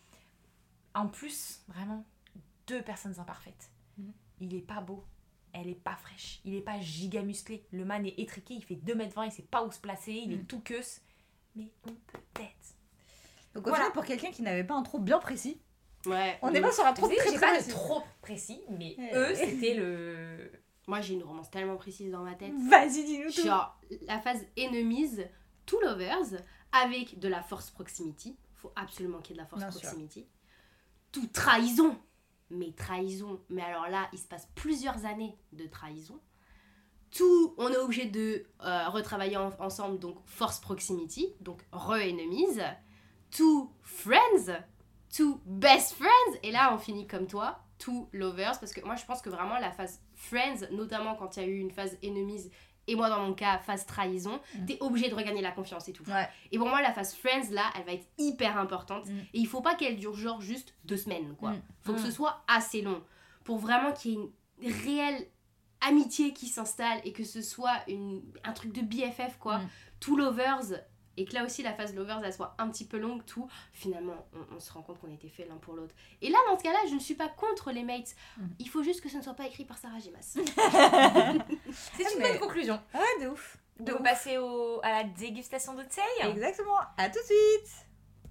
En plus, vraiment, deux personnes imparfaites. Mhm. Il est pas beau. Elle est pas fraîche. Il est pas giga musclé. Le man est étriqué, il fait deux mètres vingt, il sait pas où se placer, il est Mhm. tout queuse. Mais on peut être. Donc, au Voilà. final, pour quelqu'un qui n'avait pas un trop bien précis, Ouais. on de est pas ouf. sur un trop Vous savez, très j'ai très pas de précis. trop précis, mais Ouais. eux, c'était le. Moi, j'ai une romance tellement précise dans ma tête. Vas-y, dis-nous tout. Genre, la phase enemies, two lovers, avec de la force proximity. Faut absolument qu'il y ait de la force Bien sûr. proximity. Tout trahison. Mais trahison. Mais alors là, il se passe plusieurs années de trahison. Tout, on est obligé de euh, retravailler en- ensemble, donc force proximity, donc re-enemies. Two friends, two best friends. Et là, on finit comme toi, two lovers. Parce que moi, je pense que vraiment la phase friends, notamment quand il y a eu une phase enemies, et moi dans mon cas, phase trahison, Mm. t'es obligé de regagner la confiance et tout. Ouais. Et pour moi, la phase friends, là, elle va être hyper importante. Mm. Et il faut pas qu'elle dure genre juste deux semaines, quoi. Mm. Faut que Mm. ce soit assez long. Pour vraiment qu'il y ait une réelle amitié qui s'installe et que ce soit une, un truc de B F F, quoi. Mm. Tout lovers. Et que là aussi, la phase lovers, elle soit un petit peu longue, tout. Finalement, on, on se rend compte qu'on était fait l'un pour l'autre. Et là, dans ce cas-là, je ne suis pas contre les mates. Mm. Il faut juste que ce ne soit pas écrit par Sarah Gemas. C'est une mais- bonne conclusion. Ouais, de ouf. On De peut ouf. passer au, à la dégustation de thé. Exactement. À tout de suite.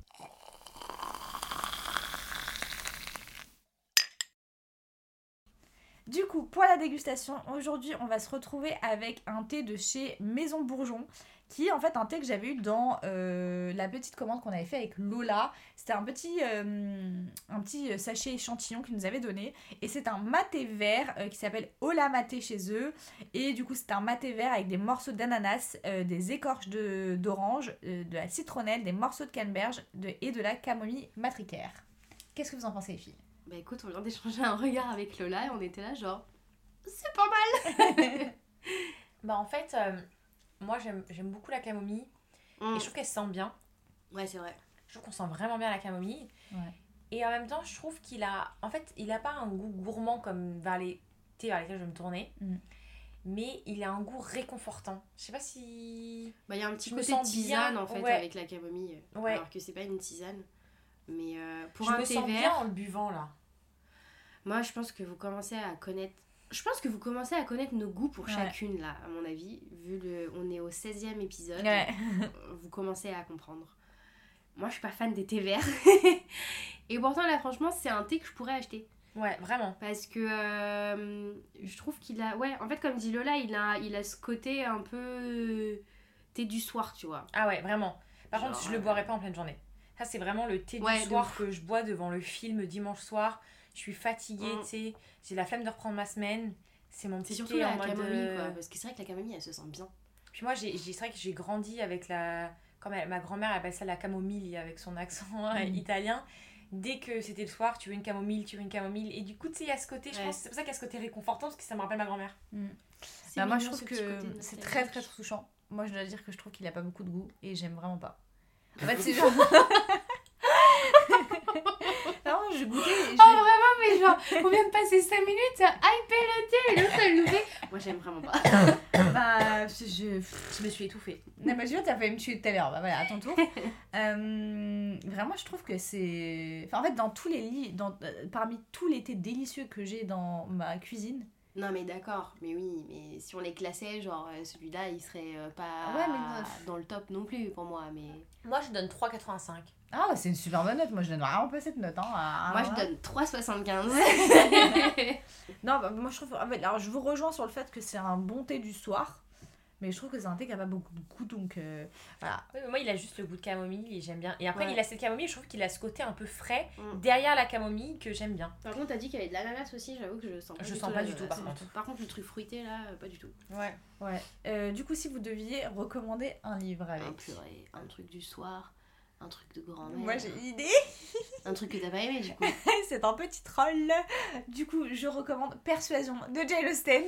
Du coup, pour la dégustation, aujourd'hui, on va se retrouver avec un thé de chez Maison Bourgeon, qui est en fait un thé que j'avais eu dans euh, la petite commande qu'on avait fait avec Lola. C'était un petit, euh, un petit sachet échantillon qu'ils nous avaient donné. Et c'est un maté vert euh, qui s'appelle Ola Maté chez eux. Et du coup, c'est un maté vert avec des morceaux d'ananas, euh, des écorches de- d'orange, euh, de la citronnelle, des morceaux de canneberge de, et de la camomille matricaire. Qu'est-ce que vous en pensez, les filles? Bah écoute, on vient d'échanger un regard avec Lola et on était là genre... c'est pas mal. Bah en fait, euh, moi j'aime, j'aime beaucoup la camomille Mm. et je trouve qu'elle se sent bien. Ouais, c'est vrai. Je trouve qu'on sent vraiment bien la camomille. Ouais. Et en même temps, je trouve qu'il a... En fait, il a pas un goût gourmand comme vers les thés vers lesquels je vais me tourner. Mm. Mais il a un goût réconfortant. Je sais pas si... Bah, il y a un petit Je me côté sens tisane bien, en fait ouais. avec la camomille. Ouais. Alors que c'est pas une tisane. Mais euh, pour je un me thé sens bien vert, en le buvant là. moi je pense que vous commencez à connaître. Je pense que vous commencez à connaître nos goûts pour Ouais. chacune là, à mon avis. Vu le. On est au seizième épisode. Ouais. Vous commencez à comprendre. Moi je suis pas fan des thés verts. Et pourtant là franchement c'est un thé que je pourrais acheter. Ouais, vraiment. Parce que euh, je trouve qu'il a... Ouais, en fait, comme dit Lola, il a, il a ce côté un peu euh, thé du soir, tu vois. Ah ouais, vraiment. Par Genre, contre, je le euh, boirais pas en pleine journée. Ça, c'est vraiment le thé Ouais, du de soir ouf. que je bois devant le film dimanche soir. Je suis fatiguée, Mm. tu sais. J'ai la flemme de reprendre ma semaine. C'est mon C'est petit surtout thé la en mode... camomille, euh, quoi. Parce que c'est vrai que la camomille, elle se sent bien. Puis moi, j'ai, j'ai, c'est vrai que j'ai grandi avec la... Comme elle- ma grand-mère appelle ça la camomille avec son accent Mm. italien. Dès que c'était le soir, tu veux une camomille, tu veux une camomille. Et du coup, tu sais, il y a ce côté, je Ouais. pense, c'est pour ça qu'il y a ce côté réconfortant, parce que ça me rappelle ma grand-mère. C'est Bah, moi, je mignon, trouve ce que petit côté c'est nostalgique. très très touchant. Moi, je dois dire que je trouve qu'il a pas beaucoup de goût et j'aime vraiment pas. En fait, c'est genre. Non, je goûtais. et je- Oh vraiment, mais genre, on vient de passer cinq minutes à hyper le thé et l'autre elle nous fait... Moi j'aime vraiment pas. Bah, je. je... Je me suis étouffée. Non, mais tu vois, t'as failli me tuer tout à l'heure. Bah voilà, à ton tour. Euh, vraiment, je trouve que c'est. Enfin, en fait, dans tous les lits, dans, euh, parmi tous les thés délicieux que j'ai dans ma cuisine. Non mais d'accord, mais oui, mais si on les classait, genre euh, celui-là il serait euh, pas Ouais, mais non. dans le top non plus pour moi. Mais Moi, je donne trois virgule quatre-vingt-cinq. Ah, ouais, c'est une super bonne note. Moi, je donne vraiment pas cette note. Hein, à- moi à- je donne trois virgule soixante-quinze. Non, bah, moi, je trouve. en fait, alors, je vous rejoins sur le fait que c'est un bon thé du soir. Mais je trouve que c'est un thé qui a pas beaucoup de goût. Donc, euh, voilà. Oui, mais moi, il a juste le goût de camomille et j'aime bien. Et après, Ouais. il a cette camomille, je trouve qu'il a ce côté un peu frais Mm. derrière la camomille que j'aime bien. Par contre t'as dit qu'il y avait de l'ananas aussi, j'avoue que je sens pas Je du sens tout pas la- du tout, par c'est- contre. Par contre le truc fruité là, euh, pas du tout. Ouais. Ouais. Euh, du coup, si vous deviez recommander un livre avec. Un purée, un truc du soir, un truc de grand-mère. Moi, j'ai une idée. Un truc que t'as pas aimé du coup. C'est un petit troll. Du coup, je recommande Persuasion de Jane Austen.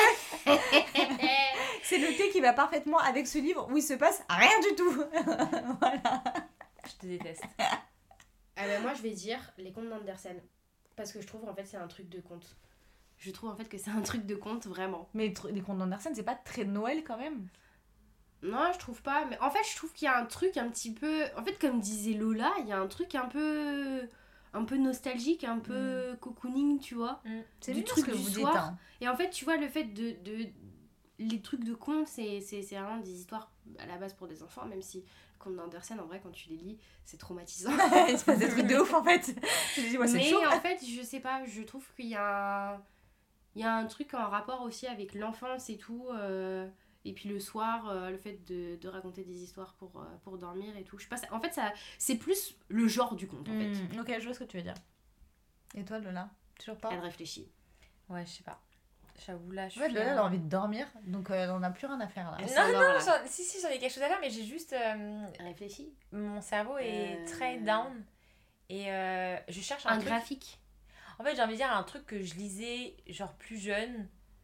C'est le thé qui va parfaitement avec ce livre où il se passe rien du tout. Voilà. Je te déteste. Ah bah moi je vais dire les contes d'Andersen. Parce que je trouve en fait c'est un truc de conte. Je trouve en fait que c'est un truc de conte vraiment. Mais tr- les contes d'Andersen, c'est pas très Noël quand même. Non je trouve pas. Mais en fait je trouve qu'il y a un truc un petit peu... En fait comme disait Lola, il y a un truc un peu... Un peu nostalgique, un peu cocooning tu vois. C'est Du mignon truc ce que du vous soir. dites. Hein. Et en fait tu vois le fait de... de... Les trucs de contes, c'est, c'est, c'est vraiment des histoires à la base pour des enfants, même si les contes d'Andersen, en vrai, quand tu les lis, c'est traumatisant. Il se passe des trucs de ouf en fait. Je me dis, ouais, c'est Mais chaud. en fait, je sais pas, je trouve qu'il y a un, il y a un truc en rapport aussi avec l'enfance et tout. euh, Et puis le soir, euh, le fait de, de raconter des histoires pour, euh, pour dormir et tout. Je sais pas, ça- en fait, ça, c'est plus le genre du conte, en fait. Hmm, ok, je vois ce que tu veux dire. Et toi, Lola? Toujours pas? Elle réfléchit. Ouais, je sais pas. J'avoue, là, je Ouais, suis... Lola, euh, elle a envie de dormir, donc euh, on n'a plus rien à faire là. Elle Non, s'endort, non, là. j'en- si, si, j'en ai quelque chose à faire, mais j'ai juste... euh, Elle réfléchit. Mon cerveau est Euh. très down. Et euh, je cherche un, Un truc... graphique. En fait, j'ai envie de dire un truc que je lisais, genre, plus jeune.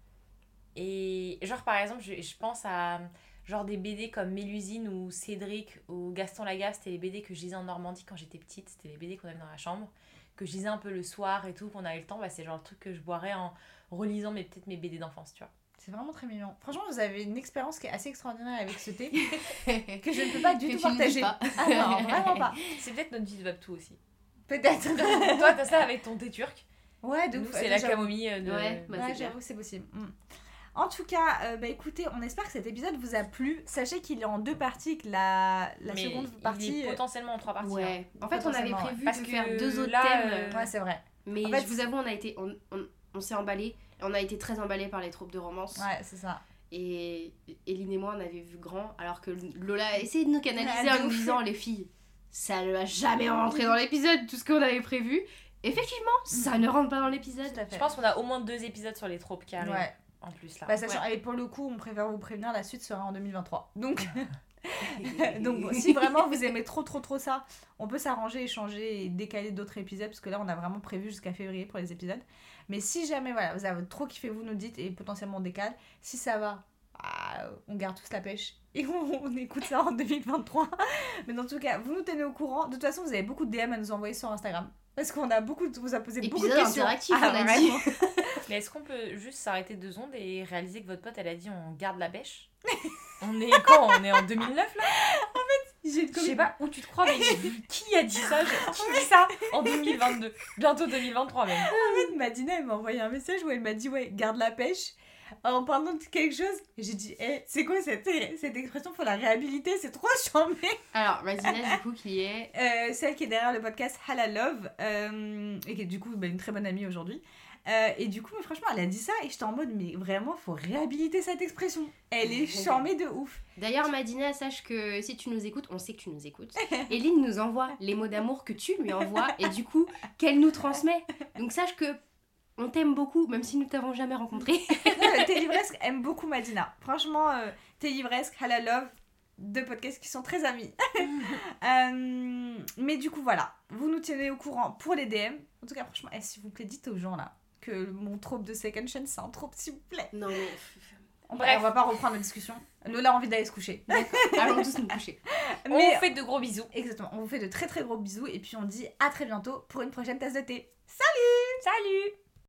Et genre, par exemple, je, je pense à... Genre des B D comme Mélusine ou Cédric ou Gaston Lagaffe, c'était les B D que je lisais en Normandie quand j'étais petite. C'était les B D qu'on avait dans la chambre. Que je lisais un peu le soir et tout, qu'on avait le temps. Bah, c'est genre le truc que je boirais en relisant mais peut-être mes B D d'enfance, tu vois. C'est vraiment très mignon. Franchement, vous avez une expérience qui est assez extraordinaire avec ce thé que je ne peux pas du Que tout tu ne dis partager. pas. Ah non, vraiment pas. C'est peut-être notre vie de Babtou aussi. Peut-être. Toi, t'as ça avec ton thé turc. Ouais, de Nous, ouf. c'est euh, la j'avoue. camomille de... Ouais, bah, Ouais, c'est clair. j'avoue, c'est possible. Mm. En tout cas, euh, bah écoutez, on espère que cet épisode vous a plu. Sachez qu'il est en deux parties, que la, la mais seconde il partie. est potentiellement en trois parties. hein. Ouais. En fait, on avait Potentiellement, prévu Parce de que faire deux autres là, thèmes. euh, Ouais, c'est vrai. Mais En fait, je vous avoue, on a été, on, on, on s'est emballé. On a été très emballé par les troupes de romance. Ouais, c'est ça. Et Eline et moi, on avait vu grand. Alors que Lola a essayé de nous canaliser Ouais, de en nous ouf. disant, les filles, ça ne va jamais rentrer dans l'épisode, tout ce qu'on avait prévu. Effectivement, ça ne rentre pas dans l'épisode. Tout à fait. Je pense qu'on a au moins deux épisodes sur les tropes qui arrivent Ouais. en plus là. Bah, sachant- Et pour le coup, on préfère vous prévenir, la suite sera en deux mille vingt-trois. Donc, Donc bon, si vraiment vous aimez trop trop trop ça, on peut s'arranger, échanger et décaler d'autres épisodes parce que là on a vraiment prévu jusqu'à février pour les épisodes. Mais si jamais voilà, vous avez trop kiffé, vous nous dites et potentiellement on décale. Si ça va, ah, on garde tous la pêche et on, on écoute ça en deux mille vingt-trois. Mais dans tout cas, vous nous tenez au courant. De toute façon, vous avez beaucoup de D M à nous envoyer sur Instagram parce qu'on a beaucoup, de, vous a posé beaucoup de Épisode questions. interactif, Ah, on a vraiment. dit. Mais est-ce qu'on peut juste s'arrêter deux secondes et réaliser que votre pote, elle a dit on garde la pêche? On est quand? On est en deux mille neuf là? J'ai une Je copine- sais pas où tu te crois, mais qui a dit ça? Je- Qui dit ça en deux mille vingt-deux? Bientôt deux mille vingt-trois même. Madina, elle m'a envoyé un message où elle m'a dit ouais, garde la pêche en parlant de quelque chose. Et j'ai dit eh, c'est quoi cette, cette expression? Faut la réhabiliter, c'est trop chambé. Alors, Madina, du coup, qui est. Euh, celle qui est derrière le podcast Hala Love euh, et qui est du coup bah, une très bonne amie aujourd'hui. Euh, et du coup, mais franchement, elle a dit ça et j'étais en mode mais vraiment, faut réhabiliter cette expression. Elle est chambée de ouf. D'ailleurs, Madina, sache que si tu nous écoutes, on sait que tu nous écoutes. Eline nous envoie les mots d'amour que tu lui envoies et du coup, qu'elle nous transmet. Donc, sache que on t'aime beaucoup, même si nous t'avons jamais rencontré. Non, T'es Livresque aime beaucoup Madina. Franchement, euh, T'es Livresque, Hala Love, deux podcasts qui sont très amis. euh, mais du coup, voilà. Vous nous tenez au courant pour les D M. En tout cas, franchement, eh, s'il vous plaît, dites aux gens là que mon trope de Second Chance, c'est un trope, s'il vous plaît. Non, mais. On, Bref. on va pas reprendre la discussion. Lola a envie d'aller se coucher. Allons tous nous coucher. On Mais vous fait de gros bisous. exactement, on vous fait de très très gros bisous et puis on dit à très bientôt pour une prochaine tasse de thé. Salut!